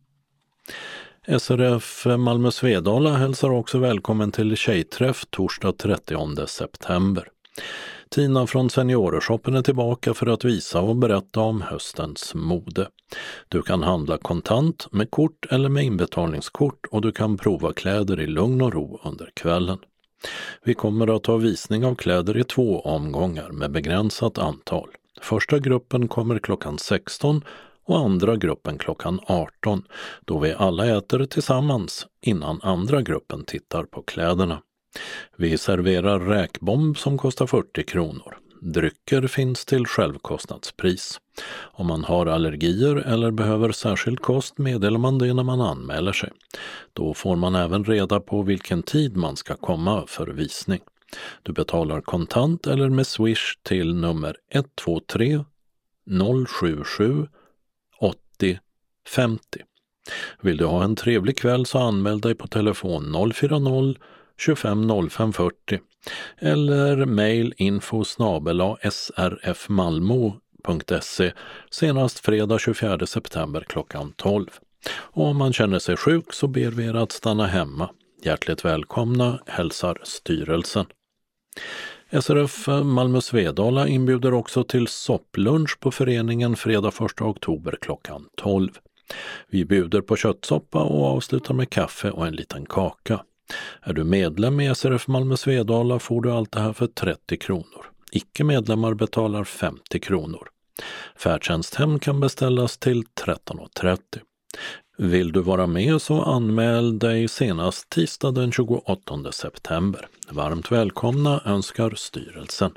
S R F Malmö Svedala hälsar också välkommen till tjejträff torsdag trettionde september. Tina från Seniorshoppen är tillbaka för att visa och berätta om höstens mode. Du kan handla kontant, med kort eller med inbetalningskort och du kan prova kläder i lugn och ro under kvällen. Vi kommer att ha visning av kläder i två omgångar med begränsat antal. Första gruppen kommer klockan sexton och andra gruppen klockan arton, då vi alla äter tillsammans innan andra gruppen tittar på kläderna. Vi serverar räkbomb som kostar fyrtio kronor. Drycker finns till självkostnadspris. Om man har allergier eller behöver särskild kost meddelar man det när man anmäler sig. Då får man även reda på vilken tid man ska komma för visning. Du betalar kontant eller med Swish till nummer ett två tre noll sju sju åttio femtio. Vill du ha en trevlig kväll så anmäl dig på telefon noll fyra noll tjugofem noll fem fyrtio eller mail info snabel-a srfmalmo punkt se senast fredag tjugofjärde september klockan tolv. Och om man känner sig sjuk så ber vi er att stanna hemma. Hjärtligt välkomna, hälsar styrelsen. S R F Malmö Svedala inbjuder också till sopplunch på föreningen fredag första oktober klockan tolv. Vi bjuder på köttsoppa och avslutar med kaffe och en liten kaka. Är du medlem i S R F Malmö Svedala får du allt det här för trettio kronor. Icke-medlemmar betalar femtio kronor. Färdtjänsthem kan beställas till tretton trettio. Vill du vara med så anmäl dig senast tisdag den tjugoåttonde september. Varmt välkomna önskar styrelsen.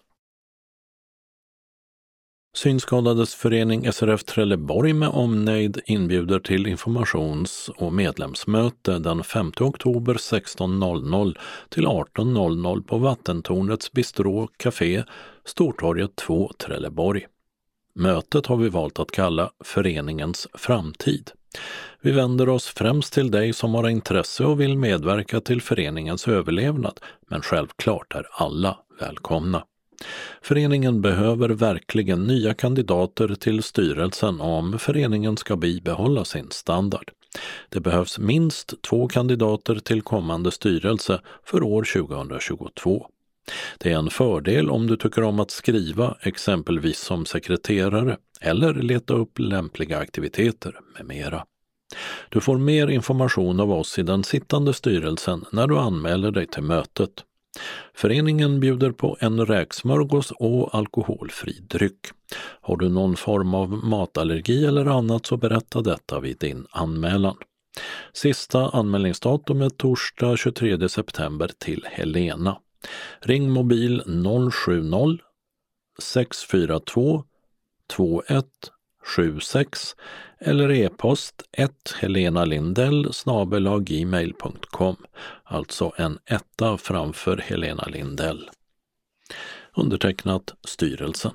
Synskadades förening S R F Trelleborg med omnejd inbjuder till informations- och medlemsmöte den femte oktober sexton noll noll till arton noll noll på Vattentornets Bistro Café, Stortorget två, Trelleborg. Mötet har vi valt att kalla Föreningens framtid. Vi vänder oss främst till dig som har intresse och vill medverka till föreningens överlevnad, men självklart är alla välkomna. Föreningen behöver verkligen nya kandidater till styrelsen om föreningen ska bibehålla sin standard. Det behövs minst två kandidater till kommande styrelse för år tjugohundratjugotvå. Det är en fördel om du tycker om att skriva, exempelvis som sekreterare, eller leta upp lämpliga aktiviteter med mera. Du får mer information av oss i den sittande styrelsen när du anmäler dig till mötet. Föreningen bjuder på en räksmörgås och alkoholfri dryck. Har du någon form av matallergi eller annat så berätta detta vid din anmälan. Sista anmälningsdatum är torsdag tjugotredje september till Helena. Ring mobil noll sju noll sex fyra två två ett sju sex eller e-post ett helenalindell snabel-a gmail punkt com, alltså en etta framför Helena Lindell. Undertecknat styrelsen.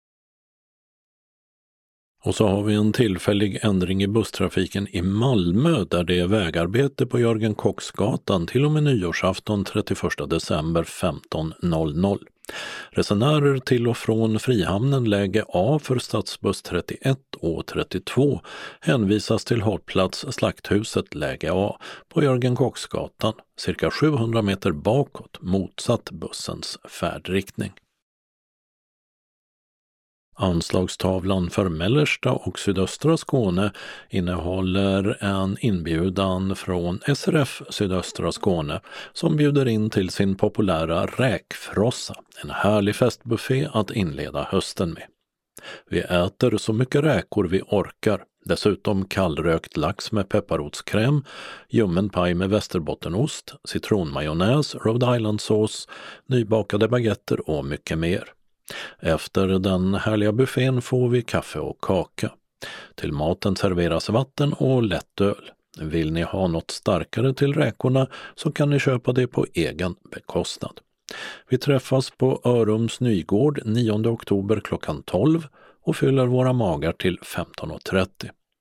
Och så har vi en tillfällig ändring i busstrafiken i Malmö där det är vägarbete på Jörgen Kocksgatan till och med nyårsafton trettioförsta december femton noll noll. Resenärer till och från Frihamnen läge A för stadsbuss trettioett och trettiotvå hänvisas till hållplats Slakthuset läge A på Jörgen Kocksgatan, cirka sjuhundra meter bakåt motsatt bussens färdriktning. Anslagstavlan för mellersta och sydöstra Skåne innehåller en inbjudan från S R F Sydöstra Skåne som bjuder in till sin populära räkfrossa, en härlig festbuffé att inleda hösten med. Vi äter så mycket räkor vi orkar, dessutom kallrökt lax med pepparrotskräm, ljummen paj med västerbottenost, citronmajonnäs, Rhode Island-sås, nybakade baguetter och mycket mer. Efter den härliga buffén får vi kaffe och kaka. Till maten serveras vatten och lättöl. Vill ni ha något starkare till räkorna så kan ni köpa det på egen bekostnad. Vi träffas på Örums Nygård nionde oktober klockan tolv och fyller våra magar till femton trettio.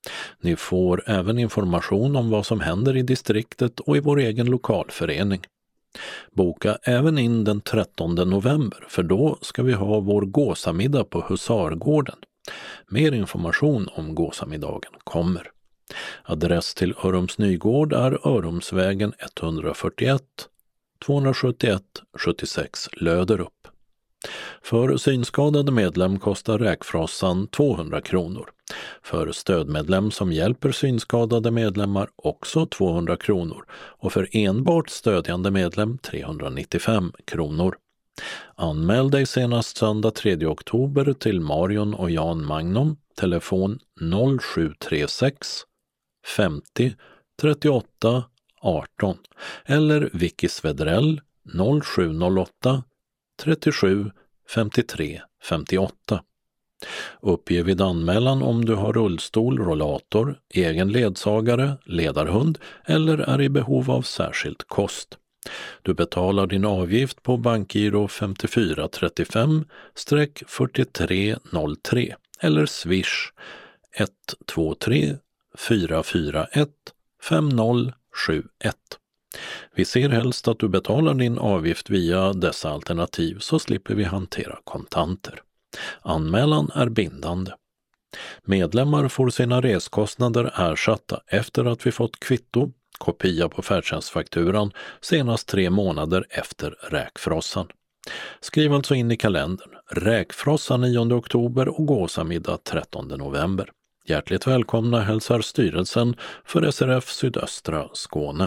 Ni får även information om vad som händer i distriktet och i vår egen lokalförening. Boka även in den trettonde november, för då ska vi ha vår gåsamiddag på Husargården. Mer information om gåsamiddagen kommer. Adress till Örums Nygård är Örumsvägen etthundrafyrtioett tvåhundrasjuttioett sjuttiosex Löderup. För synskadade medlem kostar räkfrossan tvåhundra kronor. För stödmedlem som hjälper synskadade medlemmar också tvåhundra kronor och för enbart stödjande medlem trehundranittiofem kronor. Anmäl dig senast söndag tredje oktober till Marion och Jan Magnum, telefon noll sju tre sex femtio trettioåtta arton eller Vicky Svedrell noll sju noll åtta trettiosju femtiotre femtioåtta. Uppge vid anmälan om du har rullstol, rollator, egen ledsagare, ledarhund eller är i behov av särskild kost. Du betalar din avgift på bankgiro femtiofyra trettiofem fyrtiotre noll tre eller swish ett två tre fyra fyra ett fem noll sju ett. Vi ser helst att du betalar din avgift via dessa alternativ så slipper vi hantera kontanter. Anmälan är bindande. Medlemmar får sina reskostnader ersatta efter att vi fått kvitto, kopia på färdtjänstfakturan senast tre månader efter räkfrossan. Skriv alltså in i kalendern räkfrossan nionde oktober och gåsamiddag trettonde november. Hjärtligt välkomna hälsar styrelsen för S R F Sydöstra Skåne.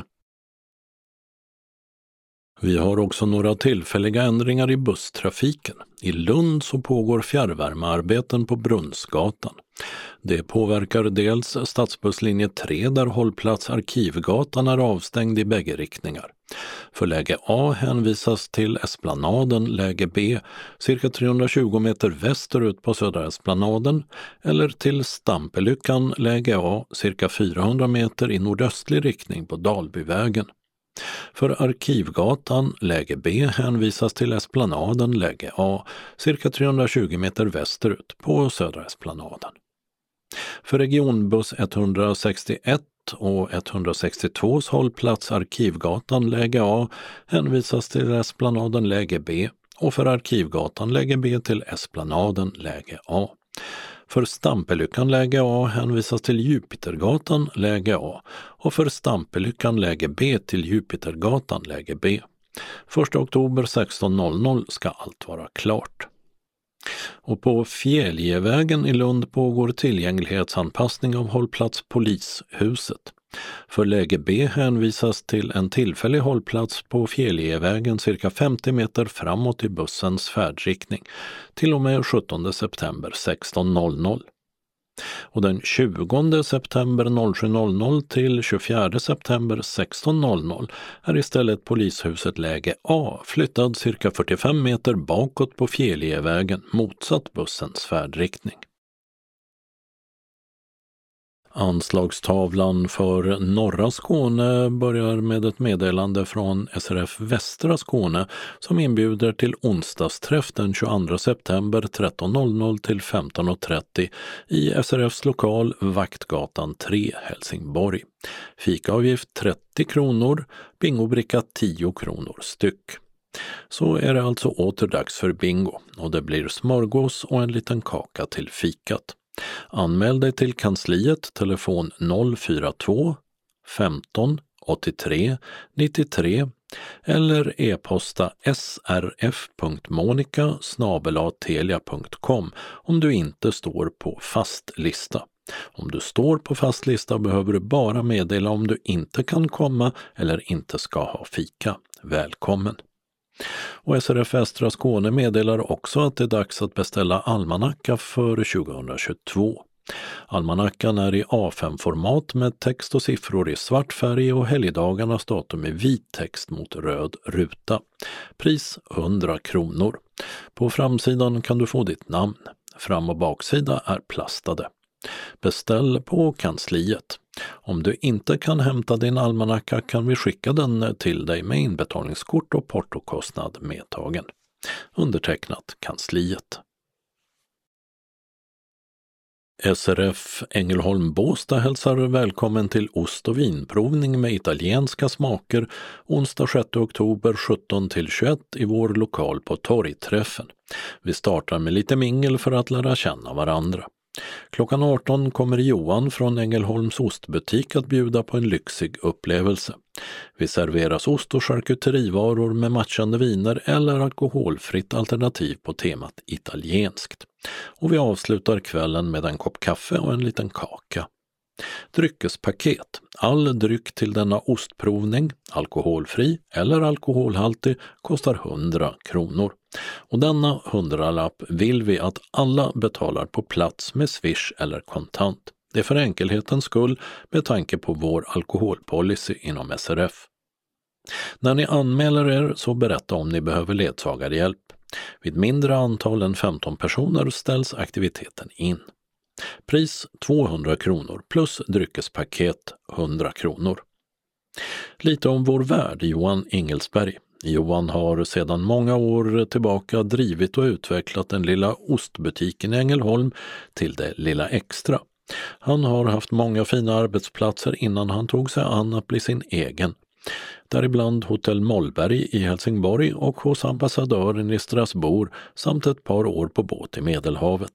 Vi har också några tillfälliga ändringar i busstrafiken. I Lund så pågår fjärrvärmearbeten på Brunnsgatan. Det påverkar dels stadsbusslinje tre där hållplats Arkivgatan är avstängd i bägge riktningar. För läge A hänvisas till Esplanaden, läge B cirka trehundratjugo meter västerut på Södra Esplanaden eller till Stampelyckan, läge A cirka fyrahundra meter i nordöstlig riktning på Dalbyvägen. För Arkivgatan, läge B hänvisas till Esplanaden, läge A cirka trehundratjugo meter västerut på Södra Esplanaden. För regionbuss etthundrasextioett och etthundrasextiotvås hållplats Arkivgatan, läge A hänvisas till Esplanaden, läge B och för Arkivgatan, läge B till Esplanaden, läge A. För Stampelyckan, läge A hänvisas till Jupitergatan, läge A och för Stampelyckan, läge B till Jupitergatan, läge B. första oktober sexton noll noll ska allt vara klart. Och på Fjäljevägen i Lund pågår tillgänglighetsanpassning av hållplats Polishuset. För läge B hänvisas till en tillfällig hållplats på Fjäljevägen cirka femtio meter framåt i bussens färdriktning till och med sjuttonde september sexton noll noll. Och den tjugonde september sju noll noll till tjugofjärde september sexton noll noll är istället Polishuset läge A flyttad cirka fyrtiofem meter bakåt på Fjäljevägen motsatt bussens färdriktning. Anslagstavlan för norra Skåne börjar med ett meddelande från S R F Västra Skåne som inbjuder till onsdagsträff den tjugoandra september tretton noll noll till femton trettio i S R Fs lokal Vaktgatan tre, Helsingborg. Fikaavgift trettio kronor, bingobricka tio kronor styck. Så är det alltså åter dags för bingo och det blir smörgås och en liten kaka till fikat. Anmäl dig till kansliet, telefon noll fyra två femton åttiotre nittiotre eller e-posta srf punkt monica snabel-a telia punkt com om du inte står på fast lista. Om du står på fast lista behöver du bara meddela om du inte kan komma eller inte ska ha fika. Välkommen! Och S R F Västra Skåne meddelar också att det är dags att beställa almanacka för tjugohundratjugotvå. Almanackan är i A fem-format med text och siffror i svart färg och helgdagarnas datum i vit text mot röd ruta. Pris hundra kronor. På framsidan kan du få ditt namn. Fram- och baksida är plastade. Beställ på kansliet. Om du inte kan hämta din almanacka kan vi skicka den till dig med inbetalningskort och portokostnad medtagen. Undertecknat kansliet. S R F Ängelholm Båstad hälsar välkommen till ost- och vinprovning med italienska smaker onsdag sjätte oktober sjutton till tjugoett i vår lokal på Torgträffen. Vi startar med lite mingel för att lära känna varandra. Klockan arton kommer Johan från Ängelholms ostbutik att bjuda på en lyxig upplevelse. Vi serveras ost- och charkuterivaror med matchande viner eller alkoholfritt alternativ på temat italienskt. Och vi avslutar kvällen med en kopp kaffe och en liten kaka. Dryckespaket. All dryck till denna ostprovning, alkoholfri eller alkoholhaltig, kostar hundra kronor. Och denna hundralapp vill vi att alla betalar på plats med Swish eller kontant. Det är för enkelhetens skull med tanke på vår alkoholpolicy inom S R F. När ni anmäler er så berätta om ni behöver ledsagarhjälp. Vid mindre antal än femton personer ställs aktiviteten in. Pris tvåhundra kronor plus dryckespaket hundra kronor. Lite om vår värd Johan Ingelsberg. Johan har sedan många år tillbaka drivit och utvecklat den lilla ostbutiken i Ängelholm till det lilla extra. Han har haft många fina arbetsplatser innan han tog sig an att bli sin egen. Däribland Hotell Mollberg i Helsingborg och hos ambassadören i Strasbourg samt ett par år på båt i Medelhavet.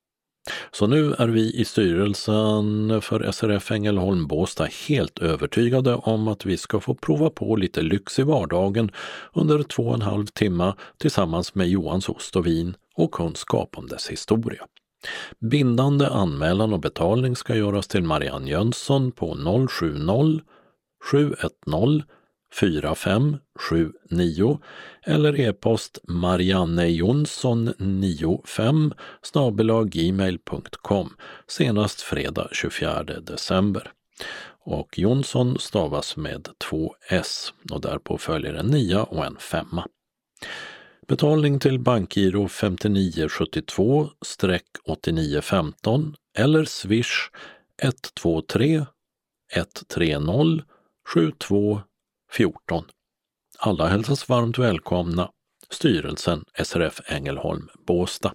Så nu är vi i styrelsen för S R F Ängelholm Båstad helt övertygade om att vi ska få prova på lite lyx i vardagen under två och en halv timme tillsammans med Johans ost och vin och kunskap om dess historia. Bindande anmälan och betalning ska göras till Marianne Jönsson på noll sju noll sju ett noll fyra fem sju nio eller e-post mariannejonsson nittiofem snabel-a gmail punkt com senast fredag tjugofjärde december. Och Jonsson stavas med två s och därpå följer en nia och en femma. Betalning till bankgiro femtionio sjuttiotvå åttionio femton eller Swish ett två tre ett tre noll sju två fjorton. Alla hälsas varmt välkomna. Styrelsen S R F Ängelholm Båstad.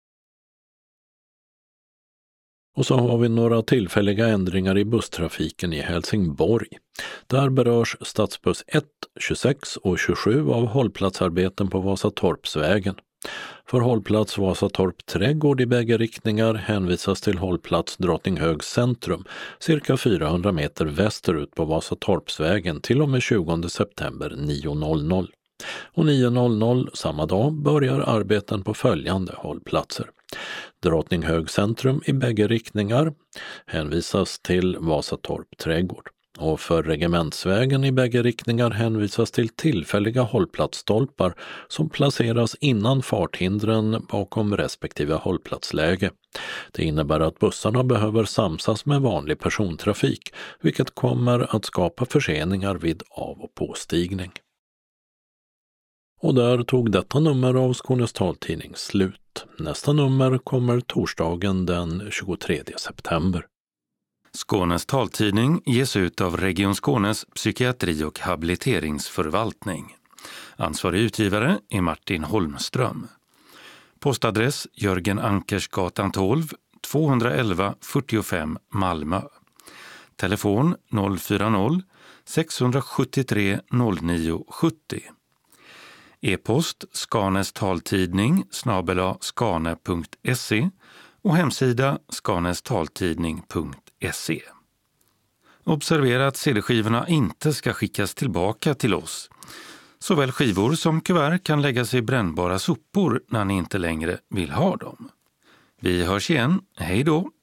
Och så har vi några tillfälliga ändringar i busstrafiken i Helsingborg. Där berörs stadsbuss ett, tjugosex och tjugosju av hållplatsarbeten på Vasatorpsvägen. För hållplats Vasatorp trädgård i bägge riktningar hänvisas till hållplats Drottninghögs centrum, cirka fyrahundra meter västerut på Vasatorpsvägen till och med tjugonde september nio noll noll. Och nio noll noll samma dag börjar arbeten på följande hållplatser. Drottninghögs centrum i bägge riktningar hänvisas till Vasatorp trädgård. Och för Regementsvägen i bägge riktningar hänvisas till tillfälliga hållplatsstolpar som placeras innan farthindren bakom respektive hållplatsläge. Det innebär att bussarna behöver samsas med vanlig persontrafik, vilket kommer att skapa förseningar vid av- och påstigning. Och där tog detta nummer av Skånes taltidning slut. Nästa nummer kommer torsdagen den tjugotredje september. Skånes taltidning ges ut av Region Skånes psykiatri- och habiliteringsförvaltning. Ansvarig utgivare är Martin Holmström. Postadress Jörgen Ankersgatan tolv, tvåhundraelva fyrtiofem Malmö. Telefon noll fyra noll sex sju tre noll nio sjuttio. E-post Skanes taltidning snabel-a skane punkt se och hemsida skanestaltidning punkt se. Observera att C D-skivorna inte ska skickas tillbaka till oss. Såväl skivor som kuvert kan läggas i brännbara sopor när ni inte längre vill ha dem. Vi hörs igen. Hej då!